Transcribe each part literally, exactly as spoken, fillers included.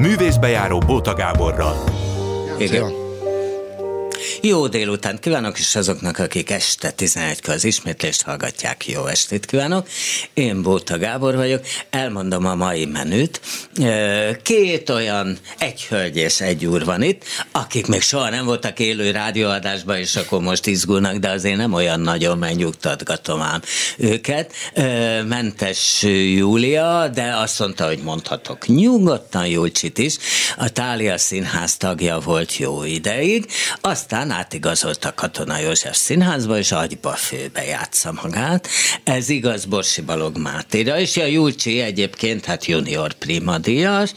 Művészbejáró Bóta Gáborral. Igen. Jó délután kívánok, és azoknak, akik este tizenegykor az ismétlést hallgatják, jó estét kívánok. Én Bóta Gábor vagyok, elmondom a mai menüt. Két olyan, egy hölgy és egy úr van itt, akik még soha nem voltak élő rádióadásban, és akkor most izgulnak, de azért nem olyan nagyon, megnyugtatgatom ám őket. Mentes Júlia, de azt mondta, hogy mondhatok nyugodtan Julcsit is. A Thália Színház tagja volt jó ideig, aztán átigazolt a Katona József Színházba, és agyba főbe játsza magát. Ez igaz Borsi Balogh Mátéra, és a Julcsi egyébként hát junior prima díjas,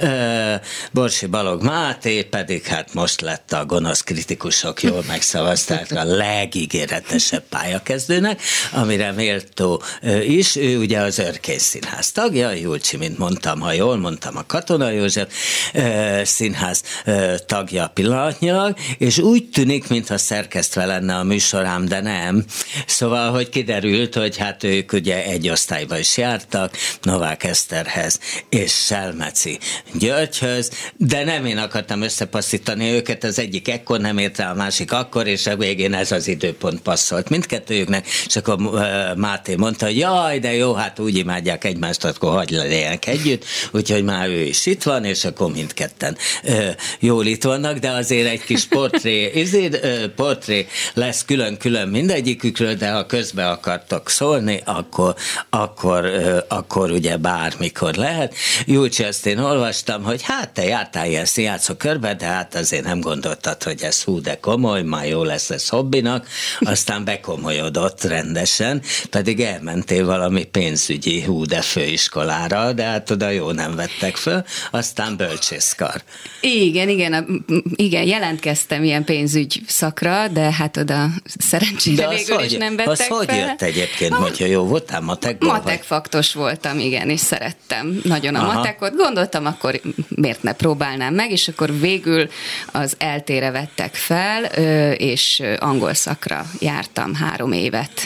Borsi Balogh Máté pedig hát most lett a gonosz kritikusok jól megszavazták a legígéretesebb pályakezdőnek, amire méltó is. Ő ugye az Örkény Színház tagja, Julcsi, mint mondtam, ha jól mondtam, a Katona József Színház tagja pillanatnyilag, és úgy tűnik, mintha szerkesztve lenne a műsorám, de nem. Szóval, hogy kiderült, hogy hát ők ugye egy osztályba is jártak, Novák Eszterhez és Selmeci Györgyhöz, de nem én akartam összepasszítani őket, az egyik ekkor nem ért rá, a másik akkor, és a végén ez az időpont passzolt mindkettőjüknek, és akkor Máté mondta, hogy jaj, de jó, hát úgy imádják egymást, akkor hagyj legyenek együtt, úgyhogy már ő is itt van, és akkor mindketten jól itt vannak, de azért egy kis portré Ezért portré lesz külön-külön mindegyikükről, de ha közbe akartok szólni, akkor, akkor, akkor ugye bármikor lehet. Julcsi, azt én olvastam, hogy hát te jártál ilyen színjátszó körbe, de hát azért nem gondoltad, hogy ez hú de komoly, már jó lesz ez hobbinak, aztán bekomolyodott rendesen, pedig elmentél valami pénzügyi hú de főiskolára, de hát oda jó nem vettek föl, aztán bölcsészkar. Igen, igen, igen, jelentkeztem ilyen pénzügy szakra, de hát oda szerencsére végül is nem vettek fel. Az hogy jött egyébként, ah, hogyha jó voltál matekból? Matekfaktos voltam, igen, és szerettem nagyon a Aha. matekot. Gondoltam, akkor miért ne próbálnám meg, és akkor végül az eltére vettek fel, és angol szakra jártam három évet.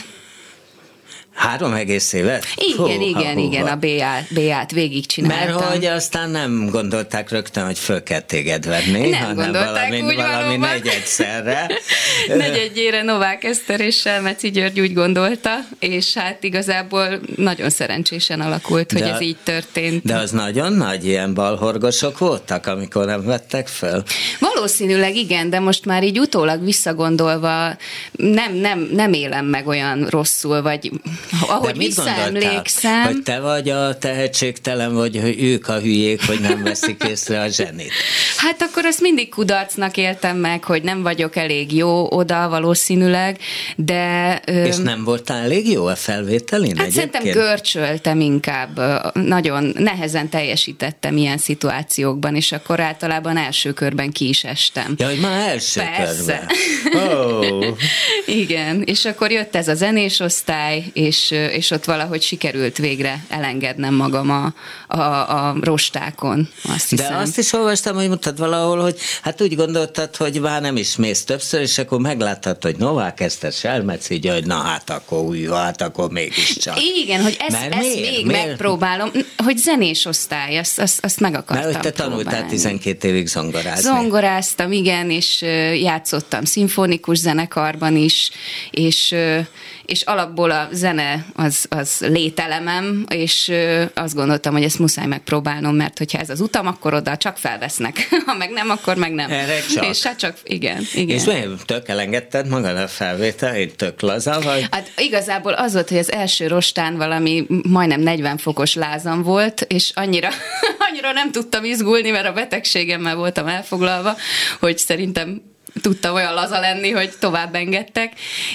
Három egész évet? Igen, húha, igen, húha. igen, a bé á-t végigcsináltam. Mert hogy aztán nem gondolták rögtön, hogy föl kell téged venni, nem hanem valami, úgy valami negyedszerre. Negyedjére Novák Eszter és Selmeci György úgy gondolta, és hát igazából nagyon szerencsésen alakult, hogy de, ez így történt. De az nagyon nagy ilyen balhorgosok voltak, amikor nem vettek föl? Valószínűleg igen, de most már így utólag visszagondolva nem, nem, nem élem meg olyan rosszul, vagy ahogy visszaemlékszem. Hogy te vagy a tehetségtelen, vagy hogy ők a hülyék, hogy nem veszik észre a zsenit? Hát akkor azt mindig kudarcnak éltem meg, hogy nem vagyok elég jó oda valószínűleg, de... És nem voltál elég jó a felvételin? Hát egyébként? Szerintem görcsöltem inkább. Nagyon nehezen teljesítettem ilyen szituációkban, és akkor általában első körben ki is estem. Ja, hogy már első Persze. körben. Oh. Igen, és akkor jött ez a zenés osztály, és És, és ott valahogy sikerült végre elengednem magam a, a, a rostákon, azt hiszem. De azt is olvastam, hogy mondtad valahol, hogy hát úgy gondoltad, hogy már nem is mész többször, és akkor megláttad, hogy Novák Eszter, Selmeci György, na hát akkor új, hát akkor mégiscsak. Igen, hogy ezt, ezt miért? még miért? megpróbálom, hogy zenés osztály, azt, azt, azt meg akartam Mert hogy te próbálni. tanultál tizenkét évig zongorázni. Zongoráztam, igen, és játszottam szimfonikus zenekarban is, és, és alapból a zene az, az lételemem, és azt gondoltam, hogy ezt muszáj megpróbálnom, mert hogyha ez az utam, akkor oda csak felvesznek. Ha meg nem, akkor meg nem. Erre csak. És hát csak, igen. igen. És miért tök elengedted magad a felvétel, tök laza vagy? Hát igazából az volt, hogy az első rostán valami majdnem negyven fokos lázam volt, és annyira, annyira nem tudtam izgulni, mert a betegségemmel voltam elfoglalva, hogy szerintem tudtam olyan laza lenni, hogy tovább engedtek,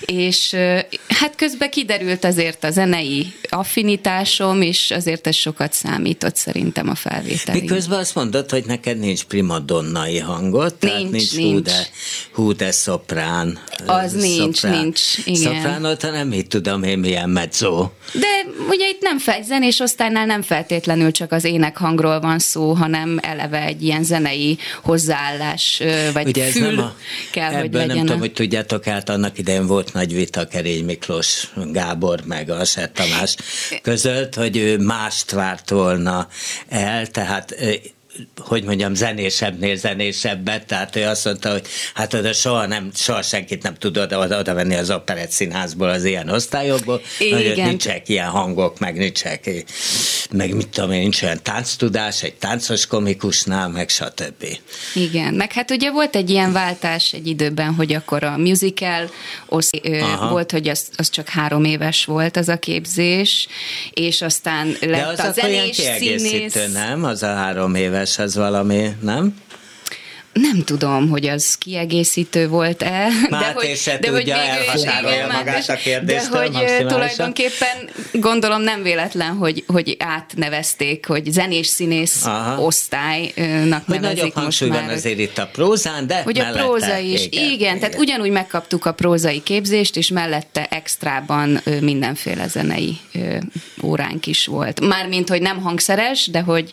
és hát közben kiderült azért a zenei affinitásom, és azért ez sokat számított szerintem a felvételig. Miközben azt mondod, hogy neked nincs primadonnai hangod, tehát nincs, nincs, nincs. Hú, de, hú de szoprán. Az nincs, szoprán, nincs, igen. Szopránot, hanem mit tudom én, milyen mezzó. De ugye itt nem fel, zenés osztálynál nem feltétlenül csak az énekhangról van szó, hanem eleve egy ilyen zenei hozzáállás, vagy ugye fül a, kell, hogy legyen. Nem tudom, hogy tudjátok, át annak idején volt nagy vita Kerény Miklós Gábor meg a Asser Tamás között, hogy ő mást várt volna el, tehát hogy mondjam, zenésebbnél zenésebbet, tehát ő azt mondta, hogy hát oda soha, nem, soha senkit nem tud oda, oda, oda venni az Operett Színházból az ilyen osztályokból, hogy nincsenek ilyen hangok, meg nincsenek, meg mit tudom én, nincs olyan tánctudás, egy táncos komikusnál, meg stb. Igen, meg hát ugye volt egy ilyen váltás egy időben, hogy akkor a musical osz, volt, hogy az, az csak három éves volt az a képzés, és aztán lett de az a zenés színész. Nem? Az a három éves, az valami, nem? Nem tudom, hogy az kiegészítő volt-e. Máté de hogy, se de tudja, hogy elhatárolja magát a kérdést. De hogy tulajdonképpen gondolom nem véletlen, hogy, hogy átnevezték, hogy zenés színész Aha. osztálynak hogy nevezik most már. Van azért itt a prózán, de hogy a próza is, igen, igen, igen, tehát ugyanúgy megkaptuk a prózai képzést, és mellette extrában mindenféle zenei óránk is volt. Mármint, hogy nem hangszeres, de hogy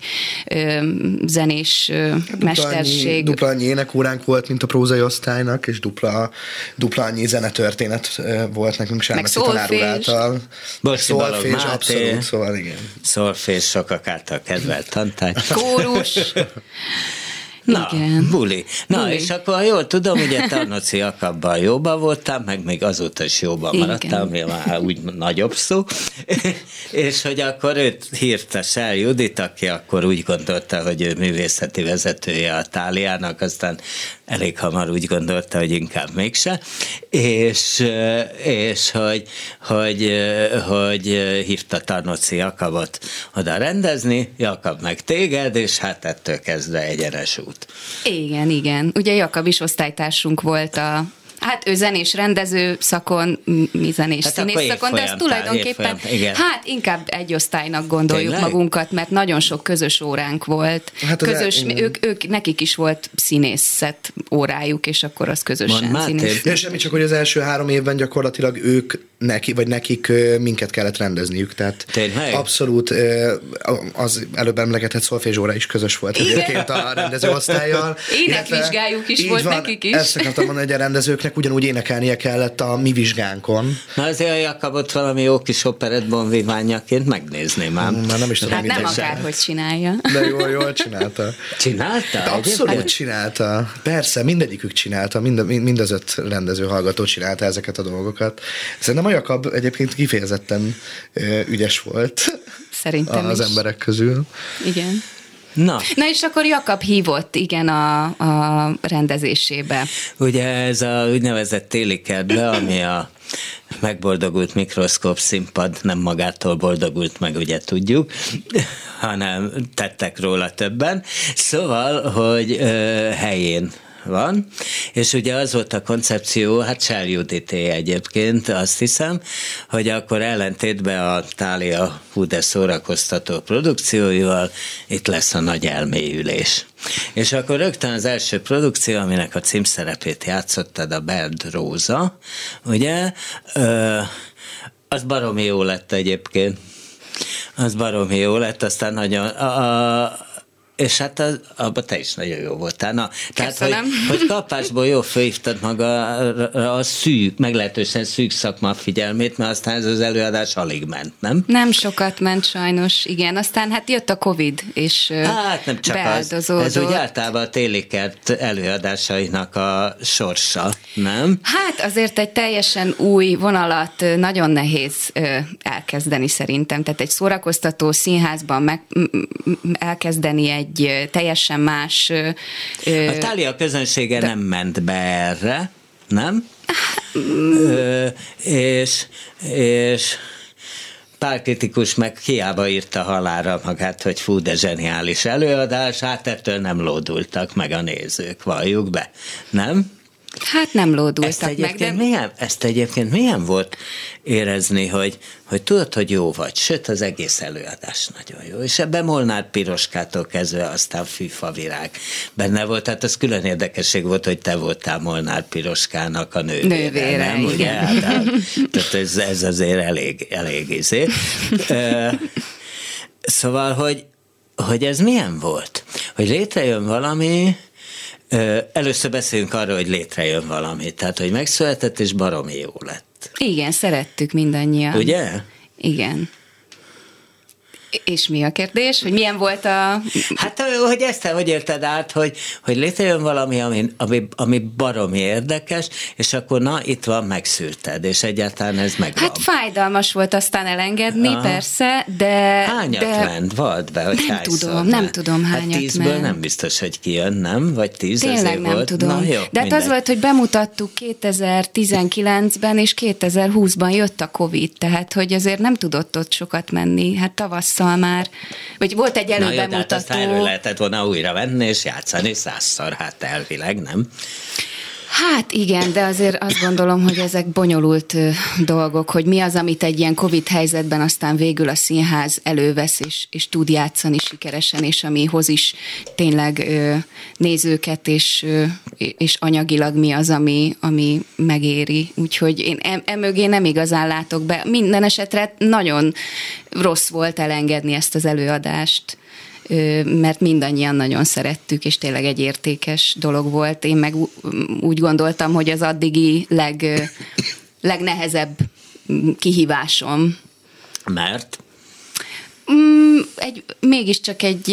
zenés mesterség. Dupla annyi énekóránk volt, mint a prózai osztálynak, és dupla, dupla annyi zenetörténet volt nekünk Sármeszi tanár úr által. Szolfés, abszolút, szóval igen. Szolfés, sokak által kedvelt tantárgy. Kórus. Na, igen. buli. Na, buli. És akkor jól tudom, ugye Tarnóci Jakabban jóban voltál, meg még azóta is jóban maradtál, ami már úgy nagyobb szó, és hogy akkor őt hírta Sel Judit, aki akkor úgy gondolta, hogy ő művészeti vezetője a Tháliának, aztán elég hamar úgy gondolta, hogy inkább mégse, és, és hogy, hogy, hogy hívta Tarnóci Jakabot oda rendezni, Jakab meg téged, és hát ettől kezdve egyenes út. Igen, igen. Ugye Jakab is osztálytársunk volt a Hát ő zenés rendező szakon, mi zenés hát színész szakon, de ez tulajdonképpen, hát inkább egy osztálynak gondoljuk Tényleg? magunkat, mert nagyon sok közös óránk volt. Hát közös, el, ők, ők, nekik is volt színészet órájuk, és akkor az közösen színész. Ja, semmi, csak hogy az első három évben gyakorlatilag ők neki, vagy nekik minket kellett rendezniük, tehát Tényleg? abszolút az előbb emlegetett szolfézsóra is közös volt egyébként a rendezőosztállyal. Énekvizsgájuk is volt van, nekik is. Ezt akartam mondani, hogy a rendezőknek ugyanúgy énekelnie kellett a mi vizsgánkon. Na azért a Jakabot valami jó kis operett bonvíványaként megnézném ám. Már nem is tudom, hát nem akárhogy csinálja. De jól, jól csinálta. Csinálta? De abszolút hát... csinálta. Persze, mindegyikük csinálta, mind, mind az öt rendező hallgató csinálta ezeket a dolgokat. Szerintem a Jakab egyébként kifejezetten ügyes volt. Szerintem az is. emberek közül. Igen. Na. Na és akkor Jakab hívott, igen, a, a rendezésébe. Ugye ez a úgynevezett téli kertbe, ami a megboldogult mikroszkóp színpad nem magától boldogult meg, ugye tudjuk, hanem tettek róla többen. Szóval, hogy ö, helyén van, és ugye az volt a koncepció, hát Sel Judité egyébként, azt hiszem, hogy akkor ellentétben a Thália hú de szórakoztató produkcióival itt lesz a nagy elmélyülés. És akkor rögtön az első produkció, aminek a címszerepét játszottad, a Berd Róza, ugye, ö, az baromi jó lett egyébként. Az baromi jó lett, aztán nagyon... A, a, és hát az, abban te is nagyon jó voltál. Na, tehát, hogy, hogy kapásból jól fölhívtad maga a szűk, meglehetősen szűk szakma figyelmét, mert aztán ez az előadás alig ment, nem? Nem sokat ment sajnos, igen. Aztán hát jött a Covid, és hát nem csak az. Ez úgy általában a téli kert előadásainak a sorsa, nem? Hát azért egy teljesen új vonalat nagyon nehéz elkezdeni szerintem. Tehát egy szórakoztató színházban meg, elkezdeni egy egy teljesen más... A Thália közönsége de... nem ment be erre, nem? ö, és, és pár kritikus meg hiába írta halálra magát, hogy fú, de zseniális előadás, hát ettől nem lódultak meg a nézők, valljuk be, nem? Hát nem lódultak ezt egyébként meg, de... Milyen, ezt egyébként milyen volt érezni, hogy, hogy tudod, hogy jó vagy, sőt, az egész előadás nagyon jó, és ebben Molnár Piroskától kezdve aztán Fűfavirág benne volt, tehát az külön érdekesség volt, hogy te voltál Molnár Piroskának a nővére, nővére nem? Ugye? Hát, tehát ez, ez azért elég, elég izé. Szóval, hogy, hogy ez milyen volt? Hogy létrejön valami. Először beszéljünk arról, hogy létrejön valami. Tehát, hogy megszületett, és baromi jó lett. Igen, szerettük mindannyian. Ugye? Igen. És mi a kérdés? Hogy milyen volt a... Hát, hogy ezt hogy érted át, hogy, hogy létrejön valami, ami, ami, ami baromi érdekes, és akkor na, itt van, megszűrted, és egyáltalán ez megvan. Hát fájdalmas volt aztán elengedni, aha, persze, de... Hányat de... ment? Vald be, hogy nem hányszor tudom, ment? nem tudom hányat hát tízből ment. Nem biztos, hogy kijön, nem? Vagy tíz Tényleg nem volt. tudom. Na, jó, de hát az volt, hogy bemutattuk kétezer-tizenkilencben, és kétezer-húszban jött a Covid, tehát hogy azért nem tudott ott sokat menni. Hát tavasszal már, vagy volt egy előbemutató. Na jó, tehát azt erről lehetett volna újra venni, és játszani százszor, hát elvileg, nem? Hát igen, de azért azt gondolom, hogy ezek bonyolult ö, dolgok, hogy mi az, amit egy ilyen Covid helyzetben aztán végül a színház elővesz, és, és tud játszani sikeresen, és ami hoz is tényleg ö, nézőket, és, ö, és anyagilag mi az, ami, ami megéri. Úgyhogy én emögé nem igazán látok be. Minden esetre nagyon rossz volt elengedni ezt az előadást, mert mindannyian nagyon szerettük, és tényleg egy értékes dolog volt. Én meg úgy gondoltam, hogy az addigi leg, legnehezebb kihívásom. Mert? Egy, mégiscsak egy,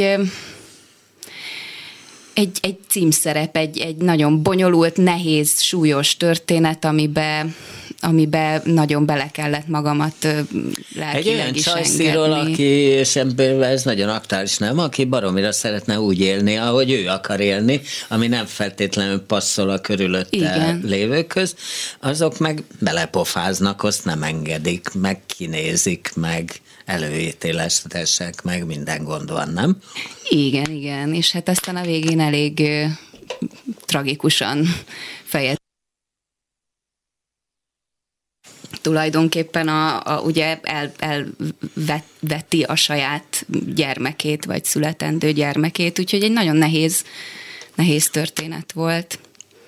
egy, egy címszerep, egy, egy nagyon bonyolult, nehéz, súlyos történet, amiben amiben nagyon bele kellett magamat lelkileg is engedni. Egy olyan csajszíról, aki, és ebből ez nagyon aktuális, nem? Aki baromira szeretne úgy élni, ahogy ő akar élni, ami nem feltétlenül passzol a körülötte igen. lévőkhöz, azok meg belepofáznak, azt nem engedik, meg kinézik, meg előítélesek, meg minden gond van, nem? Igen, igen, és hát aztán a végén elég uh, tragikusan fejezett. Tulajdonképpen a, a, ugye el, elveti a saját gyermekét, vagy születendő gyermekét, úgyhogy egy nagyon nehéz, nehéz történet volt.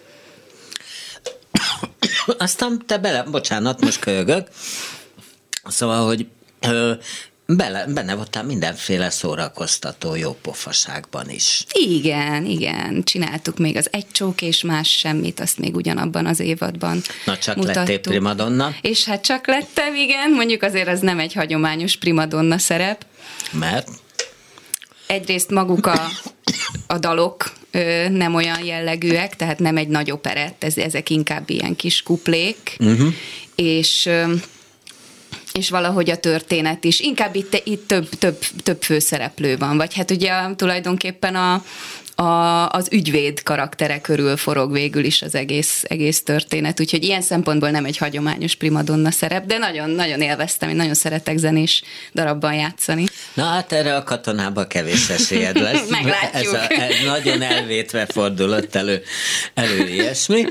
Aztán te bele, bocsánat, most kölyögök, szóval, hogy ö, Bele, benne voltál mindenféle szórakoztató jópofaságban is. Igen, igen. Csináltuk még az Egy csók és más semmit, azt még ugyanabban az évadban Na csak mutattuk. Lettél primadonna? És hát csak lettem, igen. Mondjuk azért az nem egy hagyományos primadonna szerep. Mert? Egyrészt maguk a, a dalok ö, nem olyan jellegűek, tehát nem egy nagy operett, ez, ezek inkább ilyen kis kuplék, uh-huh. és... Ö, és valahogy a történet is. Inkább itt, itt több, több, több főszereplő van, vagy hát ugye tulajdonképpen a, a, az ügyvéd karaktere körül forog végül is az egész, egész történet, úgyhogy ilyen szempontból nem egy hagyományos primadonna szerep, de nagyon, nagyon élveztem, én nagyon szeretek zenés darabban játszani. Na hát erre a Katonába kevés esélyed lesz. Meglátjuk. Ez, a, ez nagyon elvétve fordulott elő, elő ilyesmi.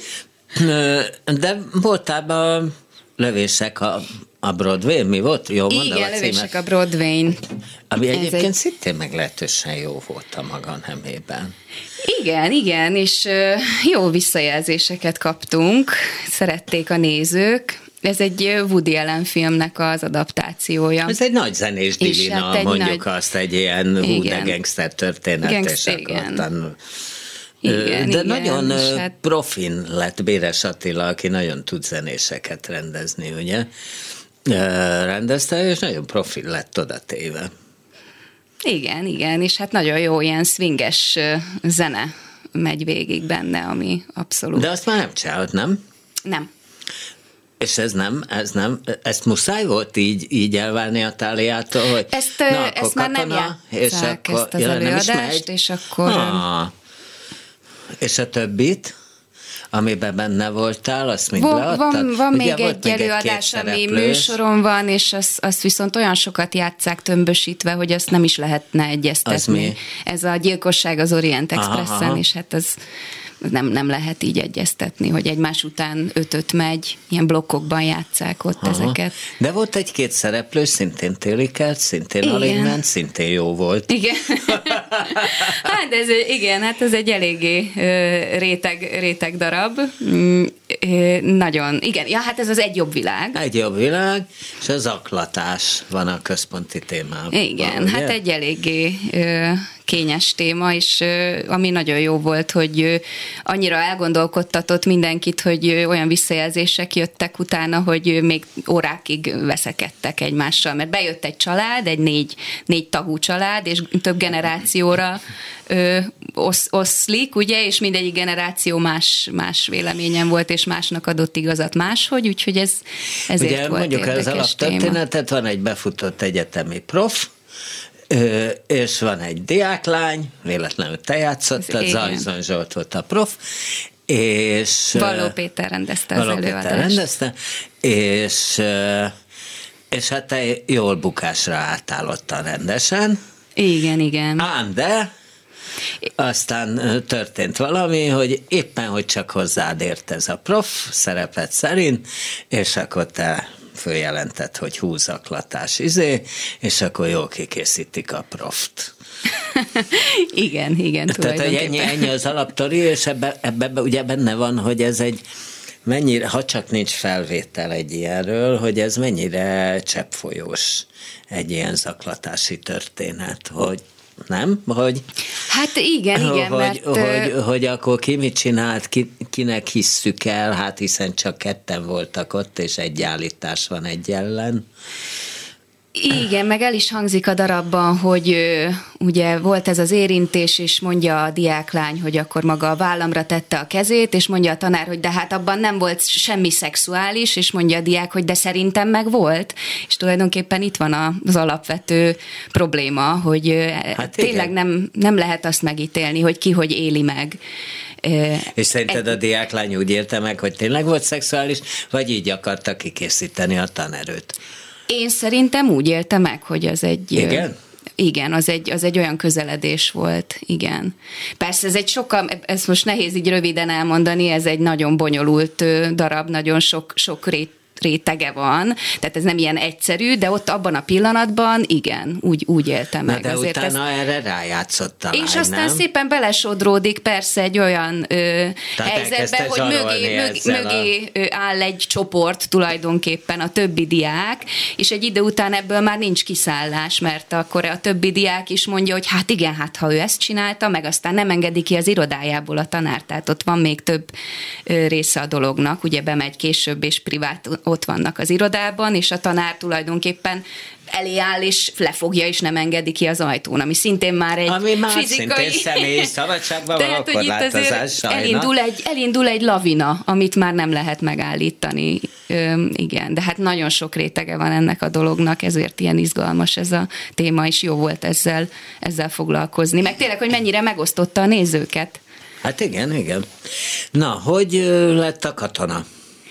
De voltál a Lövések a A Broadway, mi volt? Jó mondom, igen, Lövések a Broadway-n. Ami egyébként egy... szintén meglehetősen jó volt a maga nemében. Igen, igen, és jó visszajelzéseket kaptunk, szerették a nézők. Ez egy Woody Allen filmnek az adaptációja. Ez egy nagy zenés divina, hát mondjuk nagy... azt egy ilyen hú, de gangster történet. Gangster, igen. Ottan... Igen, de igen, nagyon hát... profin lett Béres Attila, aki nagyon tud zenéseket rendezni, ugye? Rendezte, és nagyon profin lett oda téve. Igen, igen, és hát nagyon jó ilyen swinges zene megy végig benne, ami abszolút... De azt már nem csinált, nem? Nem. És ez nem, ez nem, ezt muszáj volt így, így elválni a Táliától, hogy ezt, na, ezt már nem játsszák, és akkor, ezt az ja, előadást, és akkor... Ah, és a többit, amiben benne voltál, azt mind van, leadtad? Van, van Ugye még egy előadás, egy ami műsoron van, és azt, azt viszont olyan sokat játsszák tömbösítve, hogy azt nem is lehetne egyeztetni. Ez a Gyilkosság az Orient Expressen, és hát az nem, nem lehet így egyeztetni, hogy egymás után ötöt megy, ilyen blokkokban játsszák ott aha. ezeket. De volt egy-két szereplő, szintén télikelt, szintén alig ment, szintén jó volt. Igen. Hát ez, igen, hát ez egy eléggé réteg, réteg darab. Nagyon, igen, ja, hát ez az Egy jobb világ. Egy jobb világ, és az zaklatás van a központi témában. Igen, ugye? Hát egy eléggé kényes téma, és ami nagyon jó volt, hogy annyira elgondolkodtatott mindenkit, hogy olyan visszajelzések jöttek utána, hogy még órákig veszekedtek egymással, mert bejött egy család, egy négy, négy tagú család, és több generációra ö, osz, oszlik, ugye, és mindegyik generáció más, más véleményen volt, és másnak adott igazat máshogy, úgyhogy ez ezért ugye, volt mondjuk érdekes az alaptörténetet, van egy befutott egyetemi prof, és van egy diáklány, véletlenül te játszottad, Zajzon Zsolt volt a prof, és... Valló Péter rendezte az Valló előadást. Péter rendezte, és, és hát te jól bukásra álltál ottan rendesen. Igen, igen. Ám de aztán történt valami, hogy éppen, hogy csak hozzád ért ez a prof szerepet szerint, és akkor te följelentett, hogy húzaklatás izé, és akkor jól kikészítik a proft. igen, igen, Tehát, hogy ennyi, ennyi az alaptori, és ebben ebbe, ebbe ugye benne van, hogy ez egy mennyire, ha csak nincs felvétel egy ilyenről, hogy ez mennyire cseppfolyós egy ilyen zaklatási történet, hogy nem? Hogy, hát igen, igen, hogy, mert... Hogy, hogy, hogy akkor ki mit csinált, ki, kinek hisszük el, hát hiszen csak ketten voltak ott, és egy állítás van egy ellen. Igen, meg el is hangzik a darabban, hogy ö, ugye volt ez az érintés, és mondja a diáklány, hogy akkor maga a vállamra tette a kezét, és mondja a tanár, hogy de hát abban nem volt semmi szexuális, és mondja a diák, hogy de szerintem meg volt. És tulajdonképpen itt van az alapvető probléma, hogy ö, hát tényleg nem, nem lehet azt megítélni, hogy ki hogy éli meg. És szerinted a diáklány úgy érte meg, hogy tényleg volt szexuális, vagy így akarta kikészíteni a tanerőt? Én szerintem úgy élte meg, hogy az egy... Igen? Igen, az egy, az egy olyan közeledés volt, igen. Persze ez egy sokkal, ezt most nehéz így röviden elmondani, ez egy nagyon bonyolult darab, nagyon sok, sok rét, rétege van, tehát ez nem ilyen egyszerű, de ott abban a pillanatban igen, úgy, úgy élte meg. Na de azért utána ezt... erre rájátszott a lány, És aztán nem? szépen belesodródik persze egy olyan ö, helyzetbe, hogy mögé, mögé, mögé a... áll egy csoport tulajdonképpen, a többi diák, és egy idő után ebből már nincs kiszállás, mert akkor a többi diák is mondja, hogy hát igen, hát ha ő ezt csinálta, meg aztán nem engedi ki az irodájából a tanár, tehát ott van még több ö, része a dolognak, ugye bemegy később és privát ott vannak az irodában, és a tanár tulajdonképpen elé áll, és lefogja, és nem engedi ki az ajtón, ami szintén már egy ami már fizikai... szintén személyi szabadságban van, akkor látozás, elindul egy, elindul egy lavina, amit már nem lehet megállítani. Üm, igen, de hát nagyon sok rétege van ennek a dolognak, ezért ilyen izgalmas ez a téma, és jó volt ezzel, ezzel foglalkozni. Meg tényleg, hogy mennyire megosztotta a nézőket. Hát igen, igen. Na, hogy lett a katona?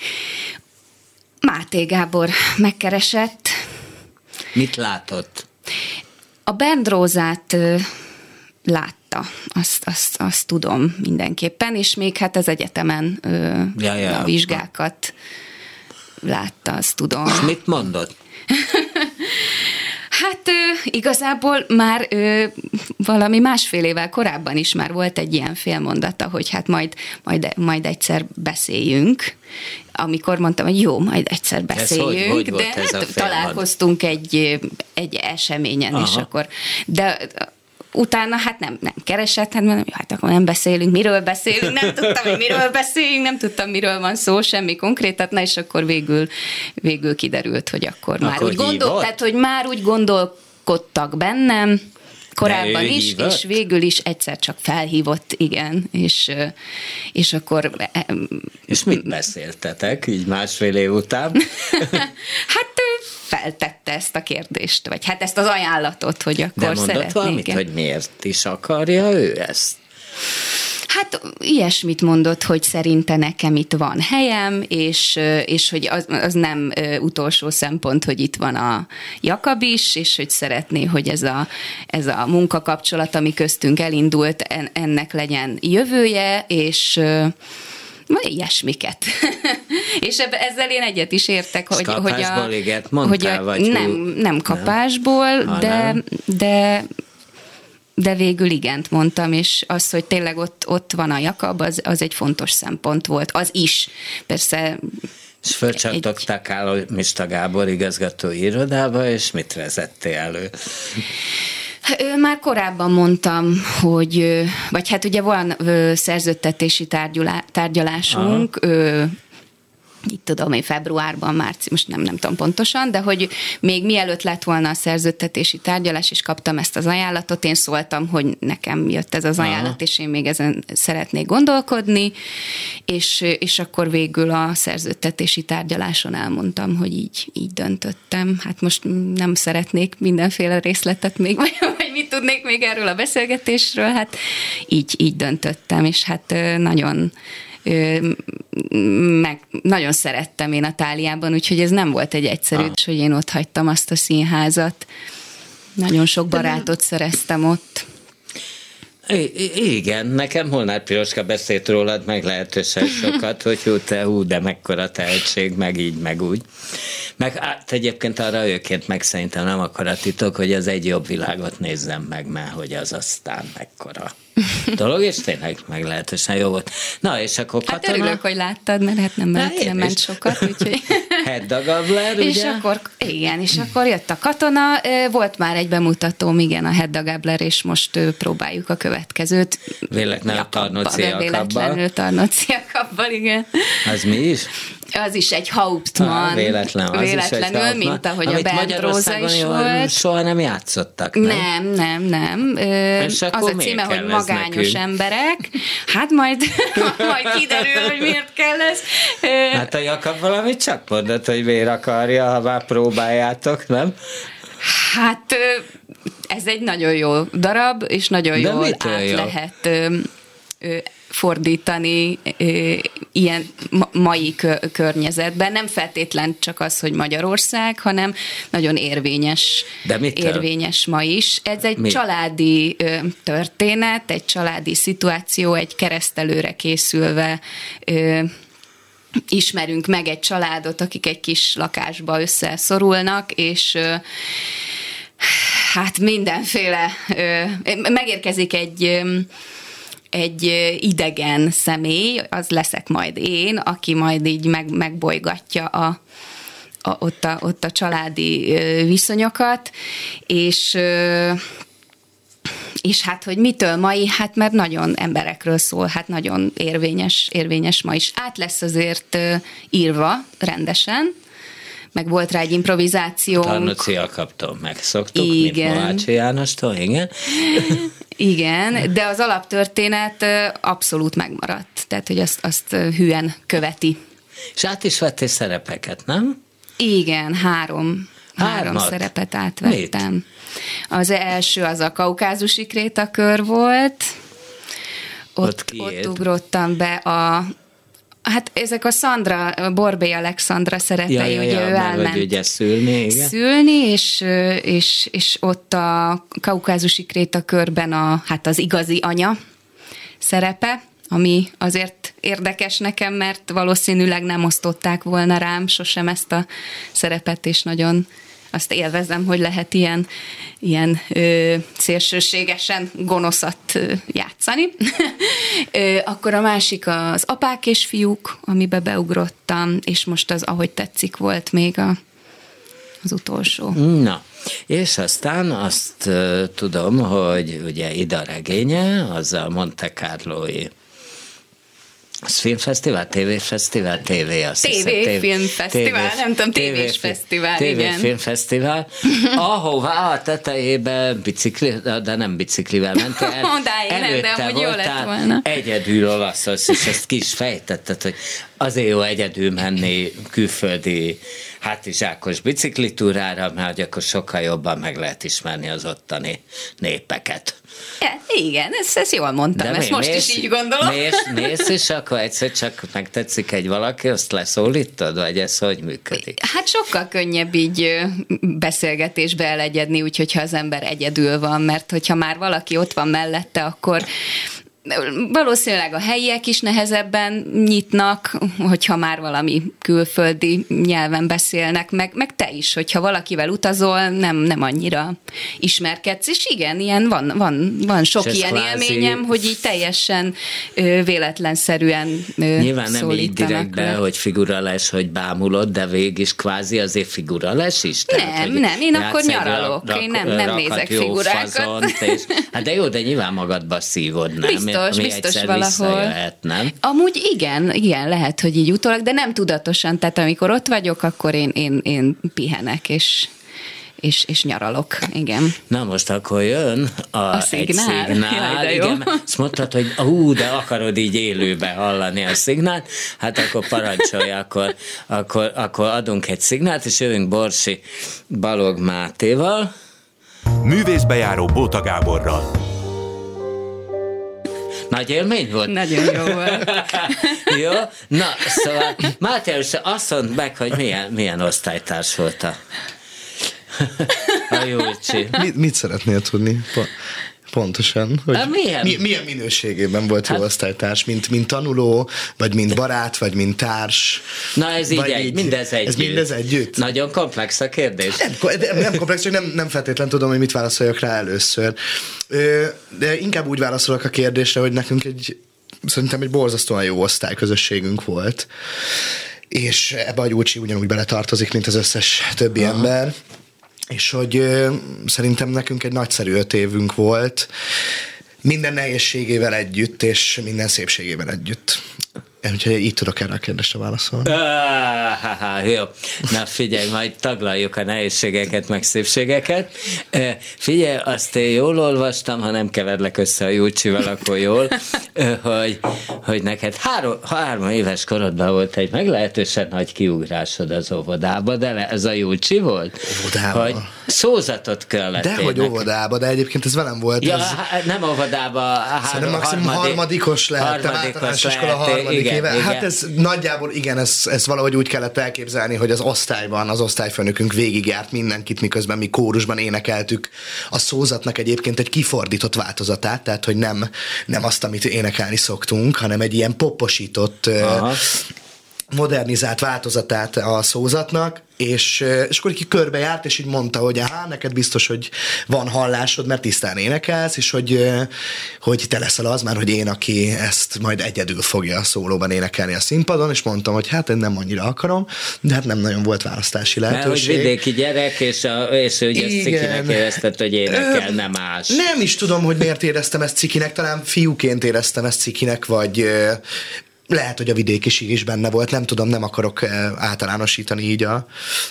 Máté Gábor megkeresett. Mit látott? A Bernd Rózát ö, látta, azt, azt, azt tudom mindenképpen, és még hát az egyetemen ö, ja, ja. a vizsgákat látta, azt tudom. És mit mondott? Hát ö, igazából már ö, valami másfél évvel korábban is már volt egy ilyen félmondata, hogy hát majd, majd, majd egyszer beszéljünk, amikor mondtam, hogy jó, majd egyszer beszéljünk, ez hogy, hogy de ez hát találkoztunk egy, egy eseményen, aha. És akkor, de utána hát nem, nem keresett, hát mondom, hát akkor nem beszélünk, miről beszélünk, nem tudtam, hogy miről beszélünk, nem tudtam, miről van szó, semmi konkrétat, na és akkor végül, végül kiderült, hogy akkor, akkor már úgy gondol, tehát, hogy már úgy gondolkodtak bennem, korábban is, hívott? És végül is egyszer csak felhívott, igen, és, és akkor... És mit beszéltetek így másfél év után? Hát feltette ezt a kérdést, vagy hát ezt az ajánlatot, hogy akkor szeretnék. De mondott valamit, hogy miért is akarja ő ezt? Hát ilyesmit mondott, hogy szerinte nekem itt van helyem, és, és hogy az, az nem utolsó szempont, hogy itt van a Jakab is, és hogy szeretné, hogy ez a, ez a munkakapcsolat, ami köztünk elindult, ennek legyen jövője, és ilyesmiket. És ebbe, ezzel én egyet is értek, hogy, hogy a... Éget mondtál, hogy a, vagy nem, nem kapásból, nem. de... de de végül igent mondtam, és az, hogy tényleg ott, ott van a Jakab, az, az egy fontos szempont volt. Az is. Persze... És fölcsatogták Állomista Gábor igazgatói irodába, és mit vezettél elő? Már korábban mondtam, hogy, vagy hát ugye van szerződtetési tárgyalásunk, aha. Itt tudom én februárban, március, most nem, nem tudom pontosan, de hogy még mielőtt lett volna a szerződtetési tárgyalás, és kaptam ezt az ajánlatot, én szóltam, hogy nekem jött ez az ajánlat, aha. és én még ezen szeretnék gondolkodni, és, és akkor végül a szerződtetési tárgyaláson elmondtam, hogy így, így döntöttem. Hát most nem szeretnék mindenféle részletet még, vagy, vagy mit tudnék még erről a beszélgetésről, hát így, így döntöttem, és hát nagyon meg nagyon szerettem én a Tháliában, úgyhogy ez nem volt egy egyszerű, ah. hogy én ott hagytam azt a színházat. Nagyon sok barátot szereztem ott. I- igen, nekem Molnár Piroska beszélt rólad meglehetősen sokat, hogy hú, te hú, de mekkora tehetség, meg így, meg úgy. Meg hát egyébként arra őként meg szerintem nem akkora titok, hogy az Egy jobb világot nézzem meg, mert hogy az aztán mekkora dolog, és tényleg meglehetősen jó volt. Na, és akkor Katona... Hát örülök, hogy láttad, mert hát nem, ment, nem ment sokat, úgyhogy... Hedda Gabler, ugye? És akkor, igen, és akkor jött a Katona, volt már egy bemutatóm, igen, a Hedda Gabler, és most próbáljuk a következőt. Véletlenül Tarnóci Jakabbal. Véletlenül Tarnóci Jakabbal, igen. Az mi is? Az is egy Hauptmann. Ah, véletlen, az véletlenül, is egy mint ahogy amit a Bernd Róza is volt. Soha nem játszottak, nem? Nem, nem, nem. Az a címe, hogy Magányos nekünk? Emberek. Hát majd, majd kiderül, hogy miért kell ez. Hát a Jakab valamit csak mondott, hogy miért akarja, ha már próbáljátok, nem? Hát ez egy nagyon jó darab, és nagyon De jól át jó? lehet fordítani ilyen mai környezetben. Nem feltétlen csak az, hogy Magyarország, hanem nagyon érvényes, érvényes ma is. Ez egy Mi? családi történet, egy családi szituáció, egy keresztelőre készülve ismerünk meg egy családot, akik egy kis lakásba összeszorulnak, és hát mindenféle megérkezik egy egy idegen személy, az leszek majd én, aki majd így meg, megbolygatja a, a, ott, a, ott a családi viszonyokat, és, és hát, hogy mitől mai, hát mert nagyon emberekről szól, hát nagyon érvényes, érvényes ma is. Át lesz azért írva rendesen, meg volt rá egy improvizációnk. Tarnóci Jakabtól megszoktuk, igen. Mint Mohácsi Jánostól, igen. Igen, de az alaptörténet abszolút megmaradt, tehát hogy azt, azt hűen követi. És át is vettél szerepeket, nem? Igen, három, három szerepet átvettem. Mit? Az első az a Kaukázusi Krétakör volt, ott, ott, ott ugrottam be a Hát ezek a Szandra, Borbély Alexandra szeretei, ja, ja, ugye ja, ő elment ugye szülni, igen. szülni, és, és, és ott a Kaukázusi Krétakörben a, hát az igazi anya szerepe, ami azért érdekes nekem, mert valószínűleg nem osztották volna rám sosem ezt a szerepet, és nagyon azt élvezem, hogy lehet ilyen, ilyen ö, szélsőségesen gonoszat ö, játszani. ö, akkor a másik az Apák és fiúk, amiben beugrottam, és most az Ahogy tetszik volt még a, az utolsó. Na, és aztán azt uh, tudom, hogy ugye Ida regénye, az a Monte Carlói az filmfesztivál, tévéfesztivál, tévé, azt hiszem. Tévé, filmfesztivál, nem tudom, tévés fesztivál, igen. Tévé, filmfesztivál, ahová a tetejébe bicikli, de nem biciklivel mentél el. Előtte nem, de jól lett volna. Egyedül olaszolsz, és ezt ki is fejtetted, hogy azért jó egyedül menni külföldi hátizsákos biciklitúrára, mert akkor sokkal jobban meg lehet ismerni az ottani népeket. Ja, igen, ezt, ezt jól mondtam, de ezt mi, most mész, is így gondolom. Mész, mész, és akkor egyszer csak megtetszik egy valaki, azt leszólítod, vagy ez hogy működik? Hát sokkal könnyebb így beszélgetésbe elegyedni, úgyhogy ha az ember egyedül van, mert hogyha már valaki ott van mellette, akkor valószínűleg a helyiek is nehezebben nyitnak, hogyha már valami külföldi nyelven beszélnek, meg, meg te is, hogyha valakivel utazol, nem, nem annyira ismerkedsz, és igen, ilyen van, van, van sok ilyen kvázi... élményem, hogy így teljesen ö, véletlenszerűen ö, nyilván nem így direktbe, le, hogy figurálás, hogy bámulod, de végig is kvázi azért figurálás is. Tehát, nem, nem, én akkor nyaralok, rak, én nem, nem nézek figurákat. Fazont, és, hát de jó, de nyilván magadba szívod, nem? Biztos, ami biztos valahol. Nem? Amúgy igen, igen, lehet, hogy így utólag, de nem tudatosan, tehát amikor ott vagyok, akkor én, én, én pihenek, és És, és nyaralok, igen. Na most akkor jön a, a szignál. Egy szignál. Jaj, igen, azt mondtad, hogy ú, de akarod így élőben hallani a szignált, hát akkor parancsolj, akkor, akkor, akkor adunk egy szignált, és jövünk Borsi Balog Mátéval. Művészbejáró Bóta Gáborral. Nagy élmény volt? Nagyon jó volt. Jó, na, szóval Máté, azt mondd meg, hogy milyen, milyen osztálytárs volt a a Júlcsi. Mit, mit szeretnél tudni? Pontosan, hogy milyen? Mi, milyen minőségében volt hát, jó osztálytárs, mint, mint tanuló, vagy mint barát, vagy mint társ. Na ez így, egy, mindez együtt. Ez mindez együtt. Nagyon komplex a kérdés. Nem, nem komplex, csak nem, nem feltétlenül tudom, hogy mit válaszoljak rá először. De inkább úgy válaszolok a kérdésre, hogy nekünk egy, szerintem egy borzasztóan jó osztályközösségünk volt. És ebbe a Júlcsi ugyanúgy beletartozik, mint az összes többi Aha. ember. És hogy ö, szerintem nekünk egy nagyszerű öt évünk volt, minden nehézségével együtt, és minden szépségével együtt. Úgyhogy így tudok erre a kérdésre válaszolni. Ah, jó. Na figyelj, majd taglaljuk a nehézségeket, meg szépségeket. Figyelj, azt én jól olvastam, ha nem keverlek össze a Júlcsival, akkor jól, hogy, hogy neked három, három éves korodban volt egy meglehetősen nagy kiugrásod az óvodába, de ez a Júlcsi volt? Óvodába? Hogy szózatot kellett. Dehogy óvodába, de egyébként ez velem volt. Ja, ez... nem óvodába. Szerintem maximum harmadik, harmadikos lehettem, általános iskola harmadik igen, éve. Igen. Hát ez nagyjából igen, ez, ez valahogy úgy kellett elképzelni, hogy az osztályban az osztályfőnökünk végigjárt mindenkit, miközben mi kórusban énekeltük a szózatnak egyébként egy kifordított változatát, tehát hogy nem, nem azt, amit énekelni szoktunk, hanem egy ilyen poposított, Aha. modernizált változatát a szózatnak, és, és akkor ki körbe járt, és így mondta, hogy hát neked biztos, hogy van hallásod, mert tisztán énekelsz, és hogy, hogy te leszel az már, hogy én, aki ezt majd egyedül fogja a szólóban énekelni a színpadon, és mondtam, hogy hát én nem annyira akarom, de hát nem nagyon volt választási lehetőség. Mert hogy vidéki gyerek, és, a, és hogy ezt cikinek érezted, hogy énekel, nem más. Nem is tudom, hogy miért éreztem ezt cikinek, talán fiúként éreztem ezt cikinek, vagy lehet, hogy a vidékiség is benne volt, nem tudom, nem akarok általánosítani így a,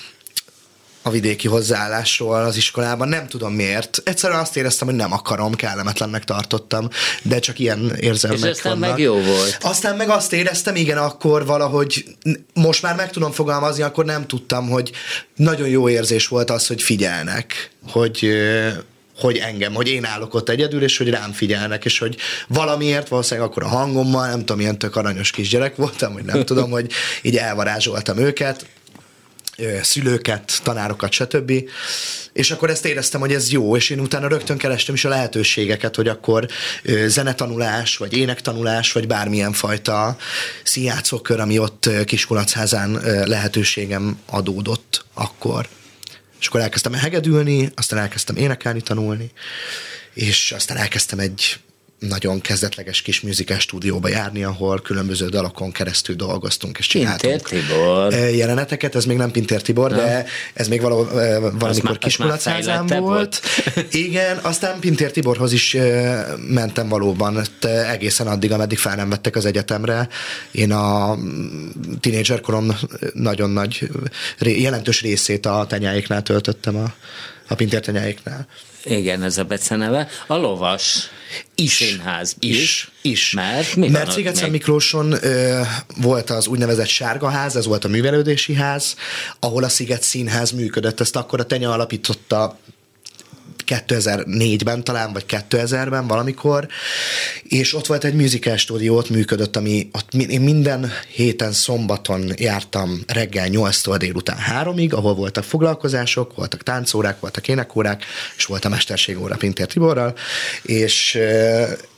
a vidéki hozzáállásról az iskolában, nem tudom miért. Egyszerűen azt éreztem, hogy nem akarom, kellemetlennek tartottam, de csak ilyen érzelmek vannak. És aztán meg jó volt. Aztán meg azt éreztem, igen, akkor valahogy, most már meg tudom fogalmazni, akkor nem tudtam, hogy nagyon jó érzés volt az, hogy figyelnek, hogy... hogy engem, hogy én állok ott egyedül, és hogy rám figyelnek, és hogy valamiért valószínűleg akkor a hangommal, nem tudom, ilyen tök aranyos kisgyerek voltam, hogy nem tudom, hogy így elvarázsoltam őket, szülőket, tanárokat, stb. És akkor ezt éreztem, hogy ez jó, és én utána rögtön kerestem is a lehetőségeket, hogy akkor zenetanulás, vagy énektanulás, vagy bármilyen fajta színjátszókör, ami ott Kiskunacházán lehetőségem adódott akkor. És akkor elkezdtem hegedülni, aztán elkezdtem énekelni, tanulni, és aztán elkezdtem egy nagyon kezdetleges kis musical stúdióba járni, ahol különböző dalokon keresztül dolgoztunk, és csináltunk Pintér Tibor. jeleneteket, ez még nem Pintér Tibor, Na. de ez még való, valamikor Kiskunacházán volt. volt. Igen, aztán Pintér Tiborhoz is mentem valóban, egészen addig, ameddig fel nem vettek az egyetemre. Én a tínédzserkorom nagyon nagy, jelentős részét a Tenyáéknál töltöttem, a, a Pintér Tenyáéknál. Igen, ez a beceneve. A Lovas is, színház is. is. is. Mert mi Mert Sziget-Szent Miklóson ö, volt az úgynevezett Sárga Ház, ez volt a művelődési ház, ahol a Sziget Színház működött. Ezt akkor a Tenya alapította kétezer-négyben talán, vagy kétezerben valamikor, és ott volt egy musical stúdió, ott működött, ami ott én minden héten szombaton jártam reggel nyolctól délután háromig, ahol voltak foglalkozások, voltak táncórák, voltak énekórák, és volt a mesterségóra Pintér Tiborral, és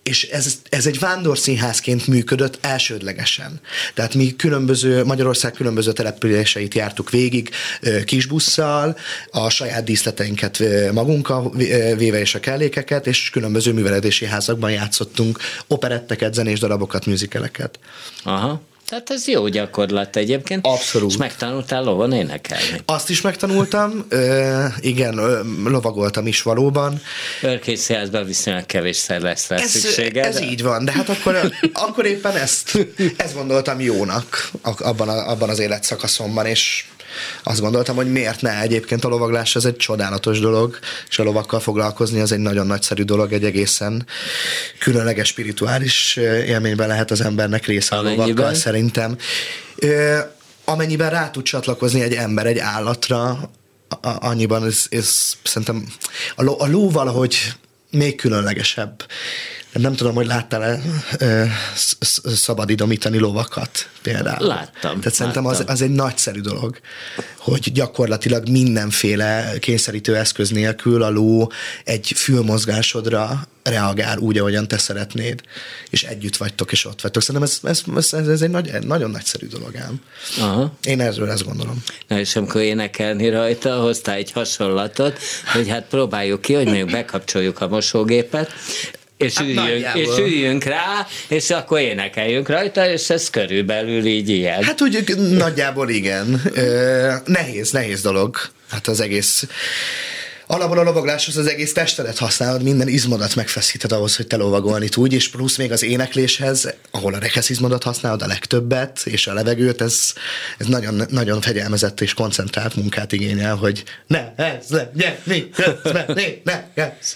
és ez, ez egy vándorszínházként működött elsődlegesen. Tehát mi különböző, Magyarország különböző településeit jártuk végig kisbusszal, a saját díszleteinket magunkkal véve és a kellékeket, és különböző művelődési házakban játszottunk operetteket, zenés darabokat, műzikeleket. Aha. Tehát ez jó gyakorlat egyébként. Abszolút. És megtanultál lovon énekelni? Azt is megtanultam, ö, igen, ö, lovagoltam is valóban. Örkészszínházban viszonylag kevésszer lesz rá ez, szükséged. Ez így van, de hát akkor, akkor éppen ezt, ezt gondoltam jónak abban, a, abban az életszakaszomban, és azt gondoltam, hogy miért ne. Egyébként a lovaglás ez egy csodálatos dolog, és a lovakkal foglalkozni az egy nagyon nagyszerű dolog, egy egészen különleges spirituális élményben lehet az embernek része a lovakkal szerintem. Ö, amennyiben rá tud csatlakozni egy ember egy állatra, annyiban ez, ez szerintem a ló, a ló valahogy még különlegesebb. Nem tudom, hogy láttál-e szabadidomítani lovakat például. Láttam. Tehát szerintem az, az egy nagyszerű dolog, hogy gyakorlatilag mindenféle kényszerítő eszköz nélkül a ló egy fülmozgásodra reagál úgy, ahogyan te szeretnéd, és együtt vagytok, és ott vagytok. Szerintem ez, ez, ez, ez egy nagy, nagyon nagyszerű dolog ám. Aha. Én erről ezt gondolom. Na és amikor énekelni rajta, hoztál egy hasonlatot, hogy hát próbáljuk ki, hogy mondjuk bekapcsoljuk a mosógépet, és, hát üljünk, és üljünk rá, és akkor énekeljünk rajta, és ez körülbelül így ilyen. Hát úgy nagyjából igen. Ö, nehéz, nehéz dolog. Hát az egész... Alapból a lovagláshoz az egész testedet használod, minden izmodat megfeszíted ahhoz, hogy te lovagolni tudj, és plusz még az énekléshez, ahol a rekeszizmodat használod a legtöbbet, és a levegőt, ez, ez nagyon, nagyon fegyelmezett és koncentrált munkát igényel, hogy ne, ez legyen, mi, közben, ne, ez.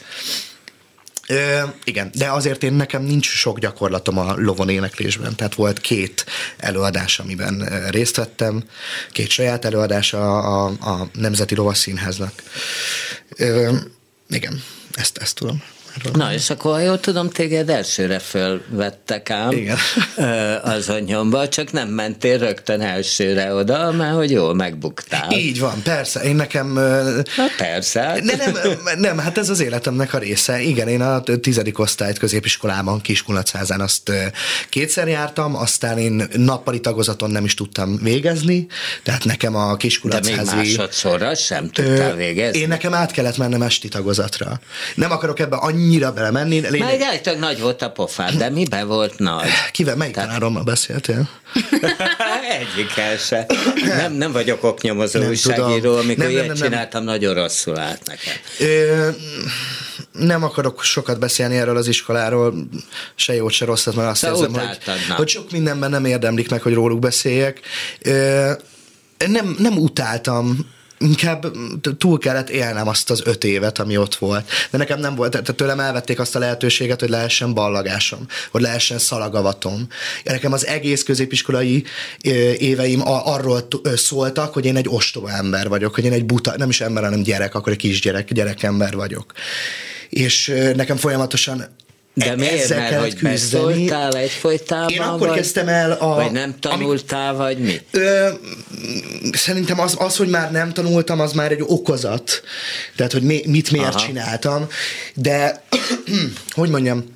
Ö, igen, de azért én nekem nincs sok gyakorlatom a lovon éneklésben, tehát volt két előadás, amiben részt vettem, két saját előadás a, a, a Nemzeti Lovasszínháznak. Ö, igen, ezt, ezt tudom. Na, és akkor, ha jól tudom, téged elsőre fölvettek ám. Igen. Az anyomba, csak nem mentél rögtön elsőre oda, mert hogy jól megbuktál. Így van, persze. Én nekem... Na persze. Ne, nem, nem, hát ez az életemnek a része. Igen, én a tizedik osztályt középiskolában, Kiskunlacházán azt kétszer jártam, aztán én nappali tagozaton nem is tudtam végezni, tehát nekem a Kiskunlacházi... De még másodszorra sem tudtál végezni? Én nekem át kellett mennem esti tagozatra. Nem akarok ebbe annyira belemenni. Lényeg... Meg állítólag nagy volt a pofád, de miben volt nagy? Kivel, melyik Tehát... tanárommal beszéltél? Egyikkel se. Nem, nem vagyok oknyomozó nem újságíró, amikor nem, ilyet nem, nem, csináltam, nem. Nagyon rosszul állt nekem. Ö, nem akarok sokat beszélni erről az iskoláról, se jót, se rosszat, mert azt érzem, hogy, hogy sok mindenben nem érdemlik meg, hogy róluk beszéljek. Ö, nem, nem utáltam, inkább túl kellett élnem azt az öt évet, ami ott volt. De nekem nem volt, tehát tőlem elvették azt a lehetőséget, hogy lehessen ballagásom, hogy lehessen szalagavatom. Nekem az egész középiskolai éveim arról szóltak, hogy én egy ostoba ember vagyok, hogy én egy buta, nem is ember, hanem gyerek, akkor egy kisgyerek, gyerekember vagyok. És nekem folyamatosan de miért? Mert hogy küzdeni. Beszóltál egyfolytában? Én akkor vagy, kezdtem el a... Vagy nem tanultál, ami, vagy mi? Ö, szerintem az, az, hogy már nem tanultam, az már egy okozat. Tehát, hogy mi, mit miért Aha. csináltam. De, hogy mondjam,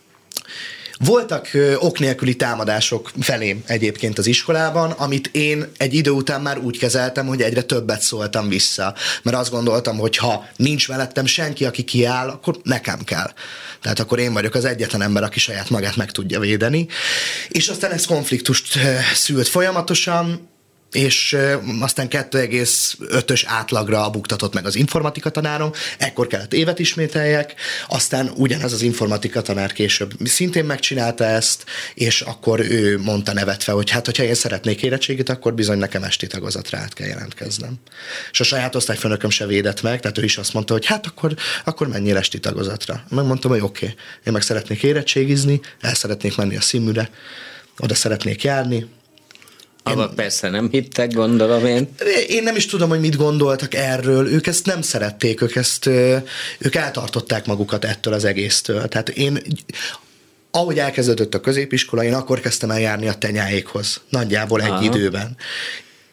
voltak ö, ok nélküli támadások felém egyébként az iskolában, amit én egy idő után már úgy kezeltem, hogy egyre többet szóltam vissza. Mert azt gondoltam, hogy ha nincs mellettem senki, aki kiáll, akkor nekem kell. Tehát akkor én vagyok az egyetlen ember, aki saját magát meg tudja védeni. És aztán ez konfliktust szült folyamatosan, és aztán kettő egész ötös átlagra buktatott meg az informatika tanárom, ekkor kellett évet ismételjek, aztán ugyanez az informatika tanár később szintén megcsinálta ezt, és akkor ő mondta nevetve, hogy hát, hogyha én szeretnék érettségit, akkor bizony nekem esti tagozatra át kell jelentkeznem. És a saját osztályfőnököm se védett meg, tehát ő is azt mondta, hogy hát akkor, akkor menjél esti tagozatra. Megmondtam, hogy oké, okay, én meg szeretnék érettségizni, el szeretnék menni a színműre, oda szeretnék járni. Abba én... persze nem hittek, gondolom én. Én nem is tudom, hogy mit gondoltak erről. Ők ezt nem szerették, ők ezt, ők eltartották magukat ettől az egésztől. Tehát én, ahogy elkezdődött a középiskola, én akkor kezdtem el járni a tenyáékhoz. Nagyjából egy Aha. időben.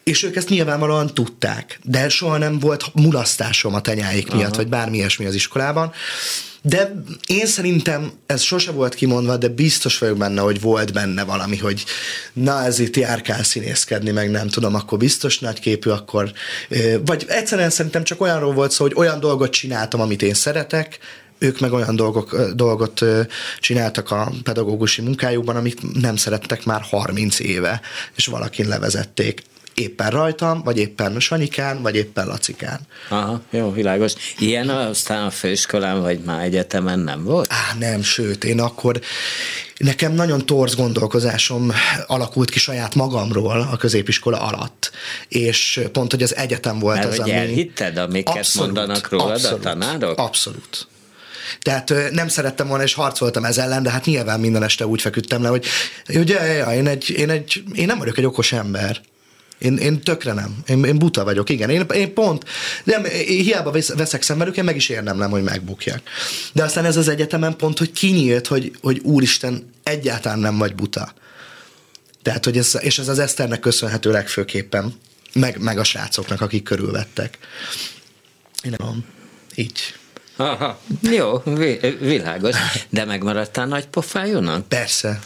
És ők ezt nyilvánvalóan tudták, de soha nem volt mulasztásom a tenyáik miatt, Aha. vagy bármi ilyesmi az iskolában. De én szerintem ez sose volt kimondva, de biztos vagyok benne, hogy volt benne valami, hogy na ez itt járkál színészkedni, meg nem tudom, akkor biztos nagyképű, akkor vagy egyszerűen szerintem csak olyanról volt szó, hogy olyan dolgot csináltam, amit én szeretek, ők meg olyan dolgok, dolgot csináltak a pedagógusi munkájukban, amit nem szerettek már harminc éve, és valakin levezették. Éppen rajtam, vagy éppen Sanyikán, vagy éppen Lacikán. Aha, jó, világos. Ilyen aztán a főiskolán, vagy már egyetemen nem volt? Á, nem, sőt, én akkor nekem nagyon torz gondolkozásom alakult ki saját magamról a középiskola alatt, és pont, hogy az egyetem volt Mert az, hogy ami... elhitted, amiket abszolút, mondanak rólad abszolút, a tanárok? Abszolút. Tehát nem szerettem volna, és harcoltam ez ellen, de hát nyilván minden este úgy feküdtem le, hogy ugye, én, egy, én, egy, én nem vagyok egy okos ember. Én, én tökre nem. Én, én buta vagyok, igen. Én, én pont, nem, én hiába veszek velük, én meg is érdemlem, hogy megbukjak. De aztán ez az egyetemen pont, hogy kinyílt, hogy, hogy úristen, egyáltalán nem vagy buta. Tehát, hogy ez, és ez az Eszternek köszönhető legfőképpen, meg, meg a srácoknak, akik körülvettek. Én nem, így. Aha, jó, világos. De megmaradtál nagy pofájónak? Persze.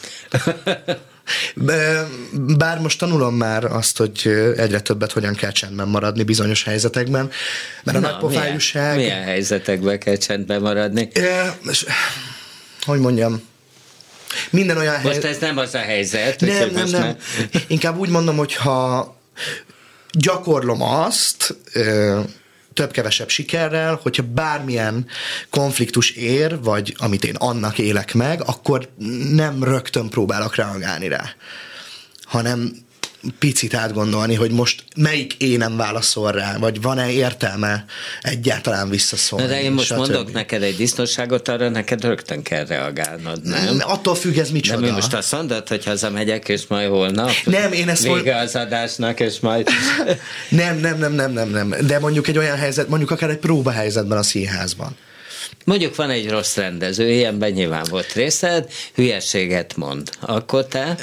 Bár most tanulom már azt, hogy egyre többet hogyan kell csendben maradni bizonyos helyzetekben, mert Na, a nagypofájúság... Milyen, milyen helyzetekben kell csendben maradni? E, hogy mondjam, minden olyan helyzet... Most ez nem az a helyzet. Nem, nem, nem. Már... Inkább úgy mondom, hogy ha gyakorlom azt... több-kevesebb sikerrel, hogyha bármilyen konfliktus ér, vagy amit én annak élek meg, akkor nem rögtön próbálok reagálni rá, hanem picit átgondolni, hogy most melyik énem válaszol rá, vagy van-e értelme egyáltalán visszaszólni. De én most mondok többi. neked egy disznóságot, arra neked rögtön kell reagálnod, nem? Attól függ, ez micsoda. De mi most azt mondod, hogy hazamegyek, és majd holnap nem, én ezt vége az adásnak, és majd... nem, nem, nem, nem, nem, nem. De mondjuk egy olyan helyzet, mondjuk akár egy próbahelyzetben a színházban. Mondjuk van egy rossz rendező, ilyenben nyilván volt részed, hülyeséget mond. Akkor te...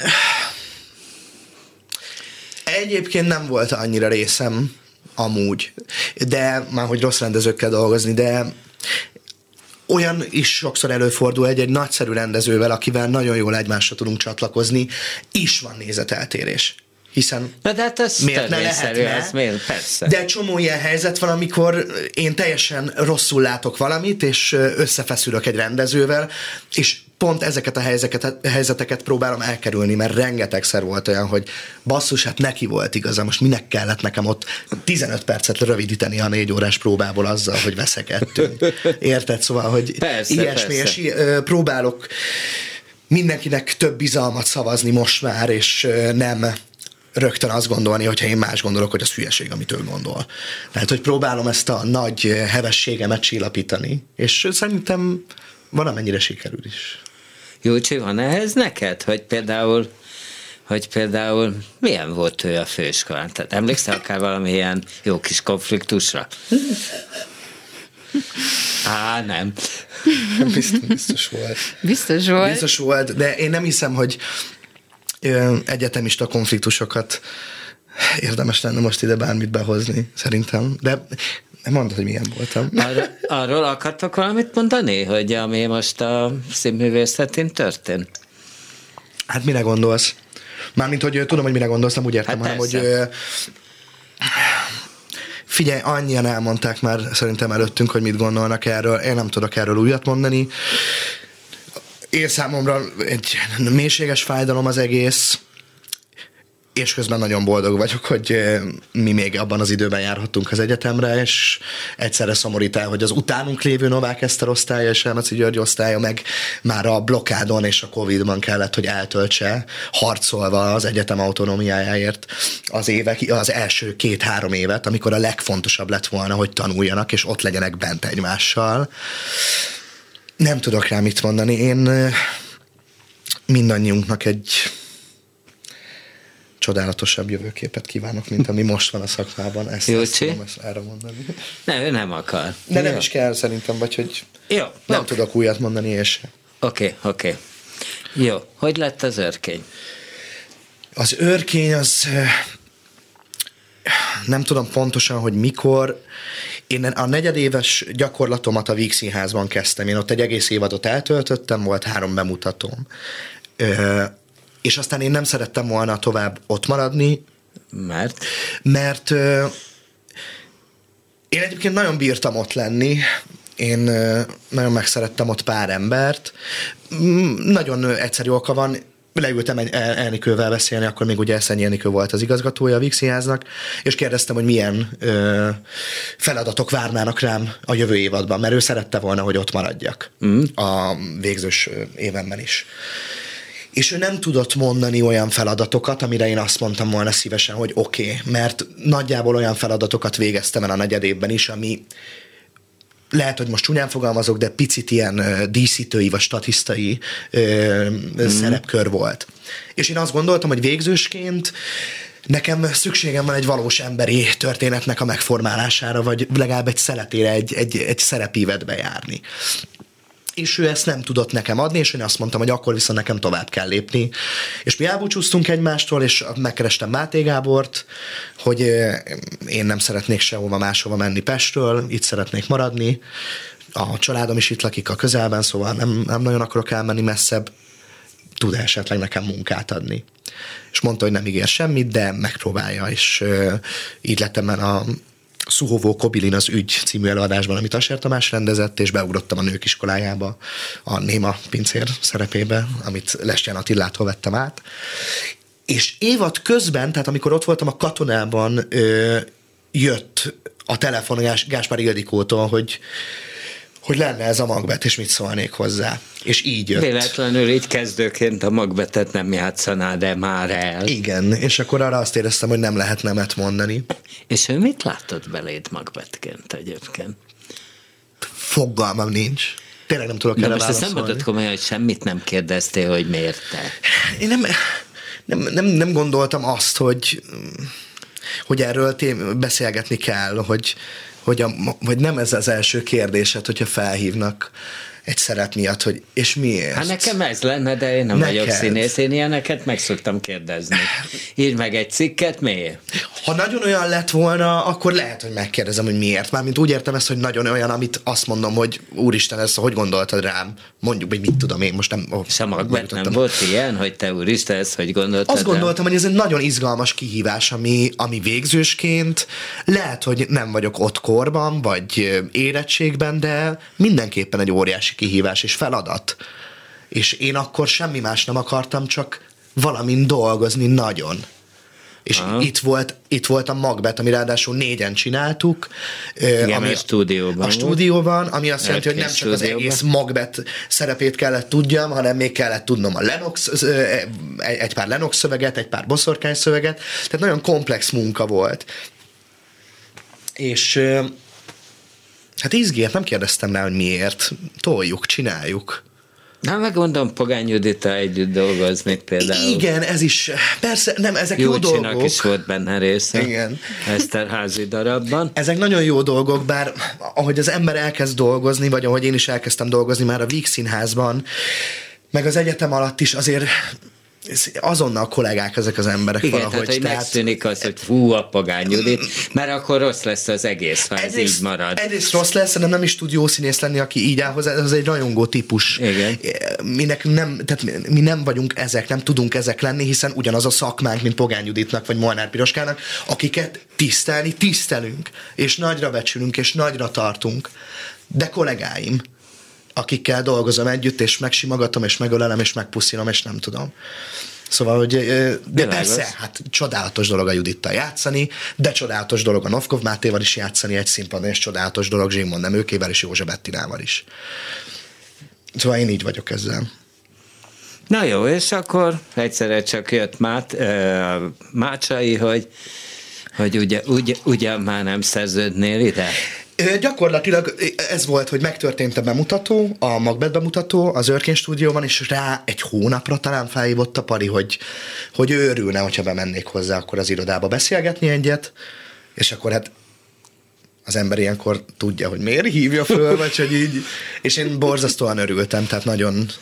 Egyébként nem volt annyira részem amúgy, de már hogy rossz rendezőkkel dolgozni, de olyan is sokszor előfordul egy-egy nagyszerű rendezővel, akivel nagyon jól egymásra tudunk csatlakozni, is van nézeteltérés. Hiszen na de hát ez miért ne lehetne? Ez miért? Persze. De egy csomó ilyen helyzet van, amikor én teljesen rosszul látok valamit, és összefeszülök egy rendezővel, és pont ezeket a helyzeteket, helyzeteket próbálom elkerülni, mert rengetegszer volt olyan, hogy basszus, hát neki volt igaza, most minek kellett nekem ott tizenöt percet rövidíteni a négy órás próbából azzal, hogy veszekedtünk. Érted? Szóval, hogy persze, ilyesmi, persze. és próbálok mindenkinek több bizalmat szavazni most már, és nem rögtön azt gondolni, hogyha én más gondolok, hogy az hülyeség, amit ő gondol. Tehát, hogy próbálom ezt a nagy hevességemet csillapítani, és szerintem valamennyire sikerül is. Júcsi, van ehhez neked? Hogy például, hogy például milyen volt ő a főiskolán? Tehát emlékszel akár valamilyen jó kis konfliktusra? Á, nem. Biztos, biztos volt. Biztos volt. Biztos volt, de én nem hiszem, hogy egyetemista konfliktusokat érdemes lenne most ide bármit behozni, szerintem. De nem mondod, hogy milyen voltam. Ar- arról akartok valamit mondani, hogy ami most a színművészetén történt? Hát mire gondolsz? Mármint, hogy tudom, hogy mire gondolsz, nem úgy értem, hát hanem, hogy figyelj, annyian elmondták már szerintem előttünk, hogy mit gondolnak erről. Én nem tudok erről újat mondani. Én számomra egy mélységes fájdalom az egész, és közben nagyon boldog vagyok, hogy mi még abban az időben járhattunk az egyetemre, és egyszerre szomorít el, hogy az utánunk lévő Novák Eszter osztálya és Elmeci György osztálya meg már a blokkádon és a Covidban kellett, hogy eltöltse, harcolva az egyetem autonómiájáért az évek, az első két-három évet, amikor a legfontosabb lett volna, hogy tanuljanak, és ott legyenek bent egymással. Nem tudok rá mit mondani. Én mindannyiunknak egy csodálatosabb jövőképet kívánok, mint ami most van a szakmában. Ezt, ezt tudom ezt erre mondani. Nem, ő nem akar. De Jó. nem is kell szerintem, vagy hogy jó, nem ok. tudok újat mondani, és Oké, okay, oké. Okay. Jó, hogy lett az Őrkény? Az Őrkény az nem tudom pontosan, hogy mikor. Én a negyedéves gyakorlatomat a Víg Színházban kezdtem. Én ott egy egész évadot eltöltöttem, volt három bemutatóm. Ö, és aztán én nem szerettem volna tovább ott maradni. Mert? Mert ö, én egyébként nagyon bírtam ott lenni. Én ö, nagyon megszerettem ott pár embert. Nagyon egyszerű oka van. Leültem Elnikővel beszélni, akkor még ugye Eszenyi Elnikő volt az igazgatója a Víg Színháznak, és kérdeztem, hogy milyen ö, feladatok várnának rám a jövő évadban, mert ő szerette volna, hogy ott maradjak mm. a végzős évemben is. És ő nem tudott mondani olyan feladatokat, amire én azt mondtam volna szívesen, hogy oké, okay, mert nagyjából olyan feladatokat végeztem el a negyedévben is, ami lehet, hogy most csúnyán fogalmazok, de picit ilyen uh, díszítői vagy statisztai uh, mm. szerepkör volt. És én azt gondoltam, hogy végzősként nekem szükségem van egy valós emberi történetnek a megformálására, vagy legalább egy szeletére, egy, egy, egy szerepívet bejárni. És ő ezt nem tudott nekem adni, és én azt mondtam, hogy akkor viszont nekem tovább kell lépni. És mi elbúcsúztunk egymástól, és megkerestem Máté Gábort, hogy én nem szeretnék sehova máshova menni Pestről, itt szeretnék maradni. A családom is itt lakik a közelben, szóval nem, nem nagyon akarok elmenni messzebb. Tud esetleg nekem munkát adni. És mondta, hogy nem ígér semmit, de megpróbálja, és így lettem el a Szuhovó Kobilin az ügy című előadásban, amit Asser Tamás rendezett, és beugrottam a nők iskolájába a néma pincér szerepébe, amit Lestján Attilától vettem át. És évad közben, tehát amikor ott voltam a Katonában, ö, jött a telefon Gáspár Ildikótól, hogy hogy lenne ez a Macbeth, és mit szólnék hozzá. És így jött. Véletlenül így kezdőként a Macbethet nem játszaná, de már el. Igen, és akkor arra azt éreztem, hogy nem lehet nemet mondani. És ő mit látott beléd Macbethként egyébként? Fogalmam nincs. Tényleg nem tudok de erre most válaszolni. ezt nem mondod komolyan, hogy semmit nem kérdeztél, hogy miért te? Én nem, nem, nem, nem gondoltam azt, hogy, hogy erről té- beszélgetni kell, hogy Hogy, a, hogy nem ez az első kérdésed, hogyha felhívnak egy szerep miatt, hogy és miért? Hát nekem ez lenne, de én nem Neked. vagyok színész, én ilyeneket meg szoktam kérdezni. Írd meg egy cikket, miért? Ha nagyon olyan lett volna, akkor lehet, hogy megkérdezem, hogy miért. Mármint úgy értem ezt, hogy nagyon olyan, amit azt mondom, hogy úristen, ezt hogy gondoltad rám? Mondjuk, hogy mit tudom én, most nem... Oh, és a Macbeth nem volt ilyen, hogy te úristen, ezt hogy gondoltad? Azt gondoltam, rám? Hogy ez egy nagyon izgalmas kihívás, ami, ami végzősként lehet, hogy nem vagyok ott korban, vagy érettségben, de mindenképpen egy óriási kihívás és feladat. És én akkor semmi más nem akartam, csak valamin dolgozni nagyon. És itt volt, itt volt a Macbeth, ami ráadásul négyen csináltuk. Igen, ami a stúdióban. A stúdióban, ami azt jelenti, hogy nem csak stúdióban. az egész Macbeth szerepét kellett tudjam, hanem még kellett tudnom a Lennox, egy pár Lennox szöveget, egy pár boszorkány szöveget. Tehát nagyon komplex munka volt. És hát izgért, nem kérdeztem rá, hogy miért. Toljuk, csináljuk. Na, megmondom, Pogány Judittal együtt dolgozni például. Igen, ez is, persze, nem, ezek jó Júlcsinak dolgok. is volt benne része. Igen. Eszterházy darabban. Ezek nagyon jó dolgok, bár ahogy az ember elkezd dolgozni, vagy ahogy én is elkezdtem dolgozni már a Víg Színházban, meg az egyetem alatt is azért azonnal kollégák ezek az emberek. Igen, valahogy. tehát, hogy tehát, megszűnik az, hogy fú, a Pogány Judit, mert akkor rossz lesz az egész, ha ez így marad. Egyrészt rossz lesz, de nem is tud jó színész lenni, aki így áll hozzá, ez egy rajongó típus. Igen. Mi nekünk nem, tehát mi nem vagyunk ezek, nem tudunk ezek lenni, hiszen ugyanaz a szakmánk, mint Pogány Juditnak, vagy Molnár Piroskának, akiket tisztelni, tisztelünk, és nagyra becsülünk, és nagyra tartunk. De kollégáim, akikkel dolgozom együtt, és megsimogatom, és megölelem, és megpuszilom, és nem tudom. Szóval, hogy de Bilágos. persze, hát csodálatos dolog a Judittal játszani, de csodálatos dolog a Novkov Mátéval is játszani egy színpadon, és csodálatos dolog Zsigmond Nemőkével és Józsa Bettinával is. Szóval én így vagyok ezzel. Na jó, és akkor egyszerre csak jött Mát, uh, Mácsai, hogy, hogy ugye, ugye, ugye már nem szerződnél ide? Gyakorlatilag ez volt, hogy megtörtént a bemutató, a Macbeth bemutató az Örkény stúdióban, és rá egy hónapra talán felhívott a Pari, hogy, hogy ő örülne, hogyha bemennék hozzá akkor az irodába beszélgetni egyet, és akkor hát az ember ilyenkor tudja, hogy miért hívja föl, vagy hogy így, és én borzasztóan örültem, tehát nagyon,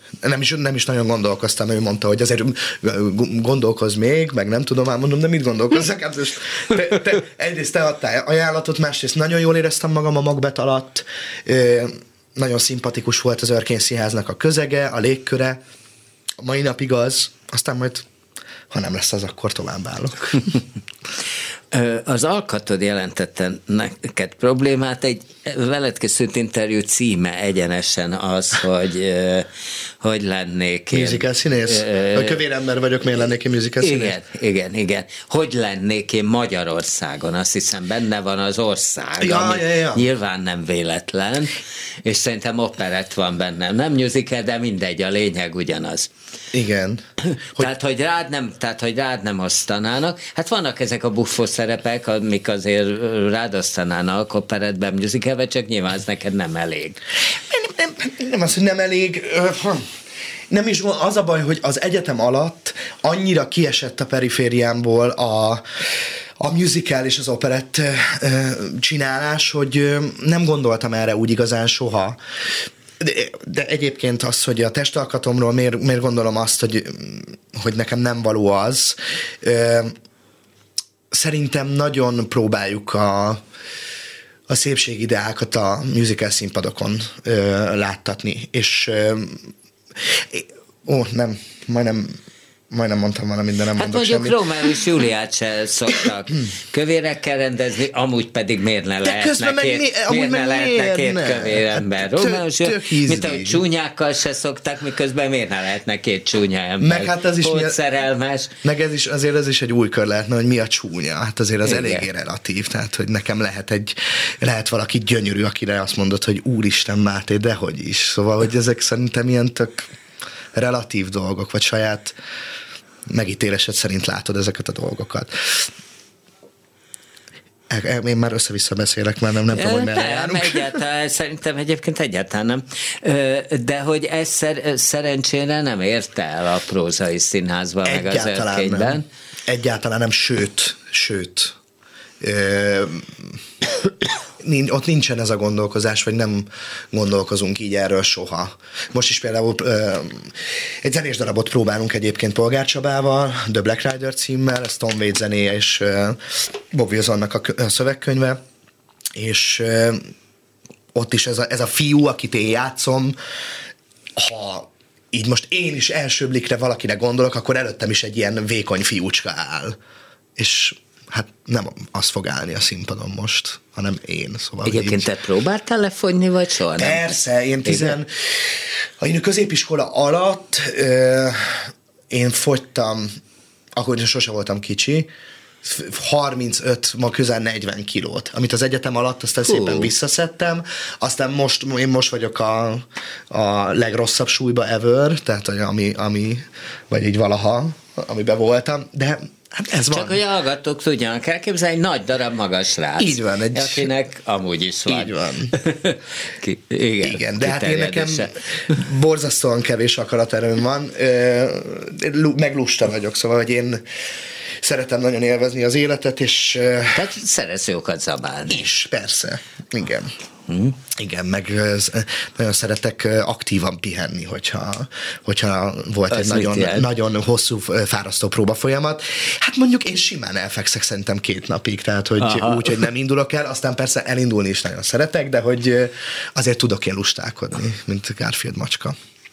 Nem is, nem is nagyon gondolkoztam, ő mondta, hogy azért gondolkozz még, meg nem tudom, már mondom, de mit gondolkozzak? Hát most te, te, egyrészt te adtál ajánlatot, másrészt nagyon jól éreztem magam a Macbeth alatt, ö, nagyon szimpatikus volt az Örkény Színháznak a közege, a légköre, a mai napig az, aztán majd, ha nem lesz az, akkor továbbállok. Az Alkatod jelentette neked problémát, egy veled készült interjú címe egyenesen az, hogy hogy lennék én. Musical színész? A kövér ember vagyok, miért lennék én musical színész? Igen, igen, igen. Hogy lennék én Magyarországon? Azt hiszem benne van az ország, ja, ami ja, ja. nyilván nem véletlen, és szerintem operett van bennem. Nem musical, de mindegy, a lényeg ugyanaz. Igen. Hogy... Tehát, hogy rád nem, tehát, hogy rád nem osztanának. Hát vannak ezek a buffó szerepek, amik azért rád osztanának operettben, musicalben, csak nyilván ez neked nem elég. Nem, nem, nem az, hogy nem elég... Nem is az a baj, hogy az egyetem alatt annyira kiesett a perifériámból a, a musical és az operett csinálás, hogy nem gondoltam erre úgy igazán soha. De, de egyébként az, hogy a testalkatomról miért, miért gondolom azt, hogy, hogy nekem nem való az, szerintem nagyon próbáljuk a, a szépségideákat a musical színpadokon láttatni, és ó, nem, majdnem Majdnem mondtam valamit, de nem hát mondok mondjuk semmit. Rómeó és Júliát se szoktak kövérekkel rendezni, amúgy pedig miért ne lehetne két, mi, miért ne lehetne két ne? kövér ember. Hát Rómeó és Júliát, mint ahogy csúnyákkal se szoktak, miközben miért ne lehetne két csúnya ember. Meg hát ez is Volt szerelmes. Meg ez is, azért ez is egy új kör lehetne, hogy mi a csúnya. Hát azért az igen. eléggé relatív, tehát hogy nekem lehet egy, lehet valaki gyönyörű, akire azt mondod, hogy Úristen Máté, dehogy is. Szóval, hogy ezek szerintem ilyen tök relatív dolgok, vagy saját megítélésed szerint látod ezeket a dolgokat. Én már össze-vissza beszélek, mert nem, nem tudom, hogy merre járunk. Egyáltalán, szerintem egyébként egyáltalán nem. De hogy ez szer- szerencsére nem érte el a prózai színházban, meg az Örkényben. Nem. Egyáltalán nem, sőt, sőt. Ö, ott nincsen ez a gondolkozás, vagy nem gondolkozunk így erről soha. Most is például ö, egy zenés darabot próbálunk egyébként Polgár Csabával, The Black Rider címmel, ez Tom Waits zenéje és ö, Bob Wilsonnak a, a szövegkönyve, és ö, ott is ez a, ez a fiú, akit én játszom, ha így most én is első blikre valakire gondolok, akkor előttem is egy ilyen vékony fiúcska áll. És hát nem az fog állni a színpadon most, hanem én. Szóval egyébként te próbáltál lefogyni, vagy soha nem? Persze, én tizen... Én a középiskola alatt ö, én fogytam, akkor sose voltam kicsi, harmincöt, ma közel negyven kilót, amit az egyetem alatt aztán Hú. szépen visszaszedtem, aztán most, én most vagyok a, a legrosszabb súlyba ever, tehát ami, ami, vagy így valaha, amiben voltam, de hát ez Csak van. hogy a hallgatók tudjanak elképzelni, egy nagy darab magas rác. Így van. Egy... Akinek amúgy is van. Így van. Ki, igen, igen, de hát én nekem borzasztóan kevés akaraterőm van, meg lusta vagyok, szóval, hogy én szeretem nagyon élvezni az életet, és... Tehát szeretsz jókat zabálni. És, persze. Igen. Hmm. Igen, meg nagyon szeretek aktívan pihenni, hogyha, hogyha volt az egy nagyon, nagyon hosszú, fárasztó próba folyamat. Hát mondjuk én simán elfekszek szerintem két napig, tehát hogy Aha. úgy, hogy nem indulok el, aztán persze elindulni is nagyon szeretek, de hogy azért tudok én lustálkodni, mint Garfield macska.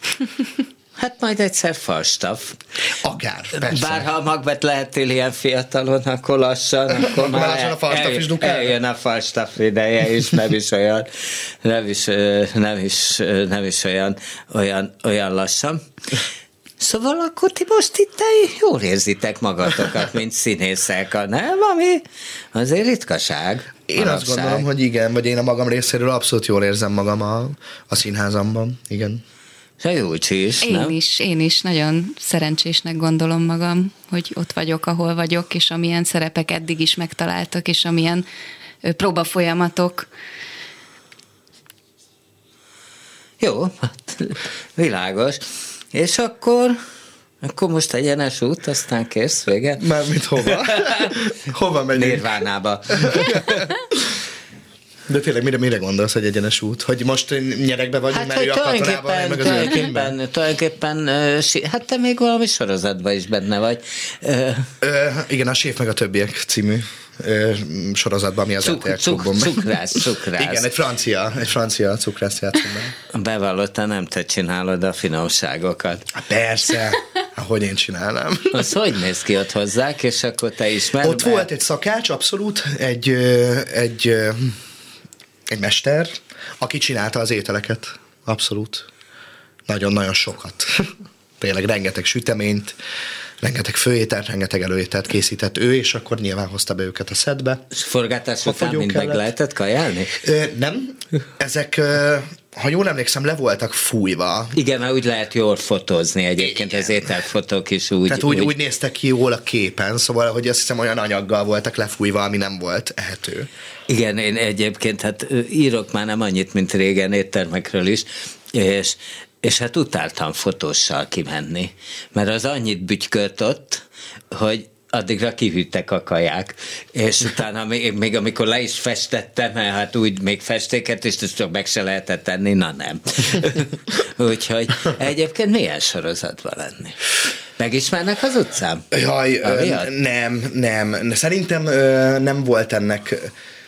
Hát majd egyszer Falstaff. Akár, persze. Bár ha a Macbeth lehetél ilyen fiatalon, akkor lassan, akkor már lassan a Falstaff el, is dukál. Eljön a Falstaff ideje, és nem is olyan, nem is, nem is, nem is olyan, olyan, olyan lassan. Szóval akkor ti most itt jól érzitek magatokat, mint színészek, nem? Ami azért ritkaság. Én manapság. Azt gondolom, hogy igen, vagy én a magam részéről abszolút jól érzem magam a, a színházamban, igen. Júlcsi is, én nem? is, én is nagyon szerencsésnek gondolom magam, hogy ott vagyok, ahol vagyok, és amilyen szerepek eddig is megtaláltak, és amilyen próbafolyamatok. Jó, hát világos. És akkor, akkor most egyenes út, aztán kész, vége? Mármint hova? Hova megyünk? Nirvánába. De tényleg mire, mire gondolsz, hogy egyenes út? Hogy most nyerekbe vagyunk, hát, mert ő a katonában, meg az tulajdonképpen, tulajdonképpen, hát te még valami sorozatban is benne vagy. Ö, igen, a Séf meg a többiek című ö, sorozatban, ami az Cuk, er té el cuk, klubban. cukrász, cukrász. Igen, egy francia, egy francia cukrász játszom be. Bevallottan nem te csinálod a finomságokat. Há, persze, ahogy én csinálnám. Az hogy néz ki, ott hozzák, és akkor te ismered? Ott volt egy szakács, abszolút, egy, egy, egy mester, aki csinálta az ételeket. Abszolút. Nagyon-nagyon sokat. Tényleg rengeteg süteményt, rengeteg főételt, rengeteg előételt készített ő, és akkor nyilván hozta be őket a szedbe. És forgatás után mind meg lehetett kajálni? Ö, nem. Ezek, ö, ha jól emlékszem, le voltak fújva. Igen, mert úgy lehet jól fotózni egyébként, igen. Az ételfotók is úgy. Tehát úgy, úgy... úgy néztek ki jól a képen, szóval, hogy azt hiszem olyan anyaggal voltak lefújva, ami nem volt ehető. Igen, én egyébként hát írok már nem annyit, mint régen éttermekről is, és És hát utáltam fotóssal kimenni, mert az annyit bütykölt ott, hogy addigra kihűltek a kaják, és utána még, még amikor le is festettem, mert hát úgy még festéket, és ezt csak meg se lehetett tenni, na nem. Úgyhogy egyébként milyen sorozatban lenni? Megismernek az utcán? Jaj, ö, nem, nem. Szerintem ö, nem volt ennek...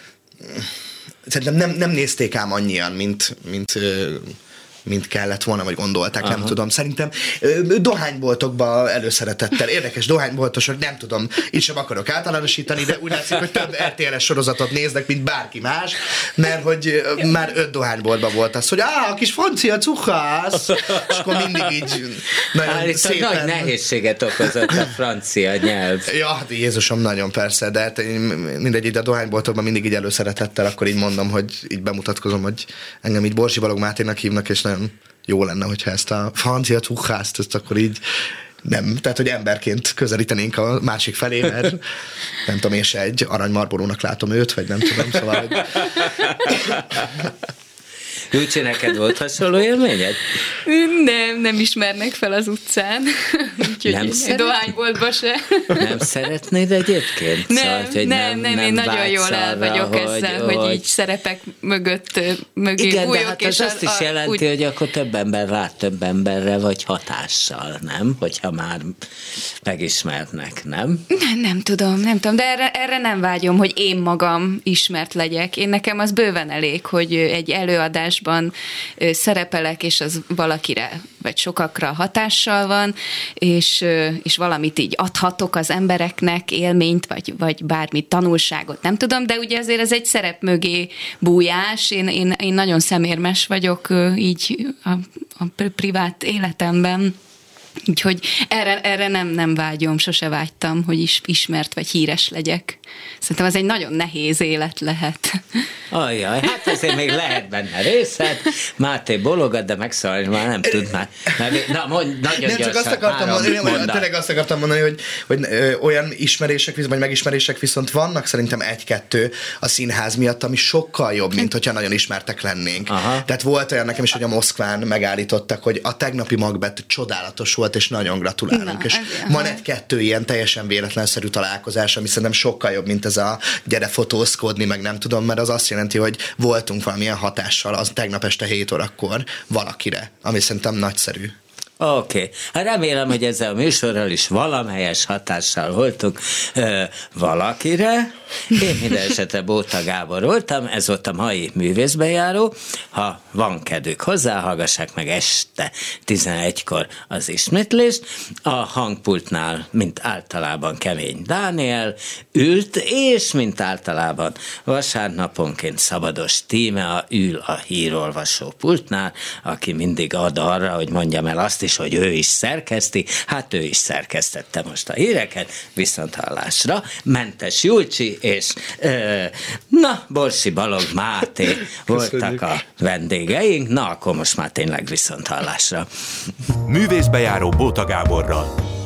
Szerintem nem, nem nézték ám annyian, mint... mint ö, mint kellett volna, vagy gondolták, aha. Nem tudom. Szerintem dohányboltokba előszeretettel, érdekes dohányboltosok, nem tudom, itt sem akarok általánosítani, de úgy látszik, hogy több er té el-es sorozatot néznek, mint bárki más, mert hogy már öt dohányboltban volt az, hogy á, a kis francia cukrász, és akkor mindig így nagyon hát, szépen... Nagy nehézséget okozott a francia nyelv. Ja, hát Jézusom, nagyon persze, de hát mindegy, így a dohányboltokban mindig így előszeretettel, akkor így mondom, hogy így bemutatkozom, hogy engem így Borsi Balog Máténak hívnak, és nagyon jó lenne, hogyha ezt a francia cukrászt, ezt akkor így nem, tehát hogy emberként közelítenénk a másik felé, mert nem tudom, én se egy aranymarbolónak látom őt, vagy nem tudom, szóval, hogy... Júcsi, neked volt hasonló élményed? Nem, nem ismernek fel az utcán. Úgyhogy nem egy dohányboltba se. Nem szeretnéd egyébként? Nem, szóval, nem, nem, nem, én nagyon jól el vagyok hogy, ezzel, hogy, hogy így szerepek mögött mögé igen, bújok. de hát és az azt is jelenti, úgy... hogy akkor több ember lát több emberre, vagy hatással, nem? Hogyha már megismernek, nem? Nem, nem tudom, nem tudom, de erre, erre nem vágyom, hogy én magam ismert legyek. Én nekem az bőven elég, hogy egy előadás szerepelek, és az valakire, vagy sokakra hatással van, és, és valamit így adhatok az embereknek, élményt, vagy, vagy bármit, tanulságot, nem tudom, de ugye azért ez egy szerep mögé bújás. Én, én, én nagyon szemérmes vagyok így a, a privát életemben. Úgyhogy erre, erre nem, nem vágyom, sose vágytam, hogy is, ismert vagy híres legyek. Szerintem ez egy nagyon nehéz élet lehet. Ajjaj, hát azért még lehet benne részed. Máté bologat, de megszólalni már nem tud már. Na, mondj, nagyon nem, csak azt akartam mondani, hogy tényleg azt akartam mondani, hogy, hogy ö, olyan ismerések, vagy megismerések viszont vannak szerintem egy-kettő a színház miatt, ami sokkal jobb, mint hogyha nagyon ismertek lennénk. Aha. Tehát volt olyan nekem is, hogy a Moszkván megállítottak, hogy a tegnapi Macbeth csodálatos volt, és nagyon gratulálunk. Na, és ez, van egy-kettő ilyen teljesen véletlenszerű találkozás, ami szerintem sokkal jobb, mint ez a gyere fotózkodni, meg nem tudom, mert az azt jelenti, hogy voltunk valamilyen hatással az tegnap este hét órakor valakire, ami szerintem nagyszerű. Oké, okay. Hát remélem, hogy ezzel a műsorral is valamelyes hatással voltunk ö, valakire. Én minden esetre Bóta Gábor voltam, ez volt a mai művészbejáró. Ha van kedvük hozzá, hallgassák meg este tizenegykor az ismétlést. A hangpultnál, mint általában Kemény Dániel ült, és mint általában vasárnaponként Szabados Tímea ül a hírolvasó pultnál, aki mindig ad arra, hogy mondjam el azt is, hogy ő is szerkeszti, hát ő is szerkesztette most a híreket, viszonthallásra. Mentes Júlcsi és ö, na, Borsi Balog Máté voltak a vendégeink, na akkor most már tényleg viszonthallásra. Művészbejáró Bóta Gáborral.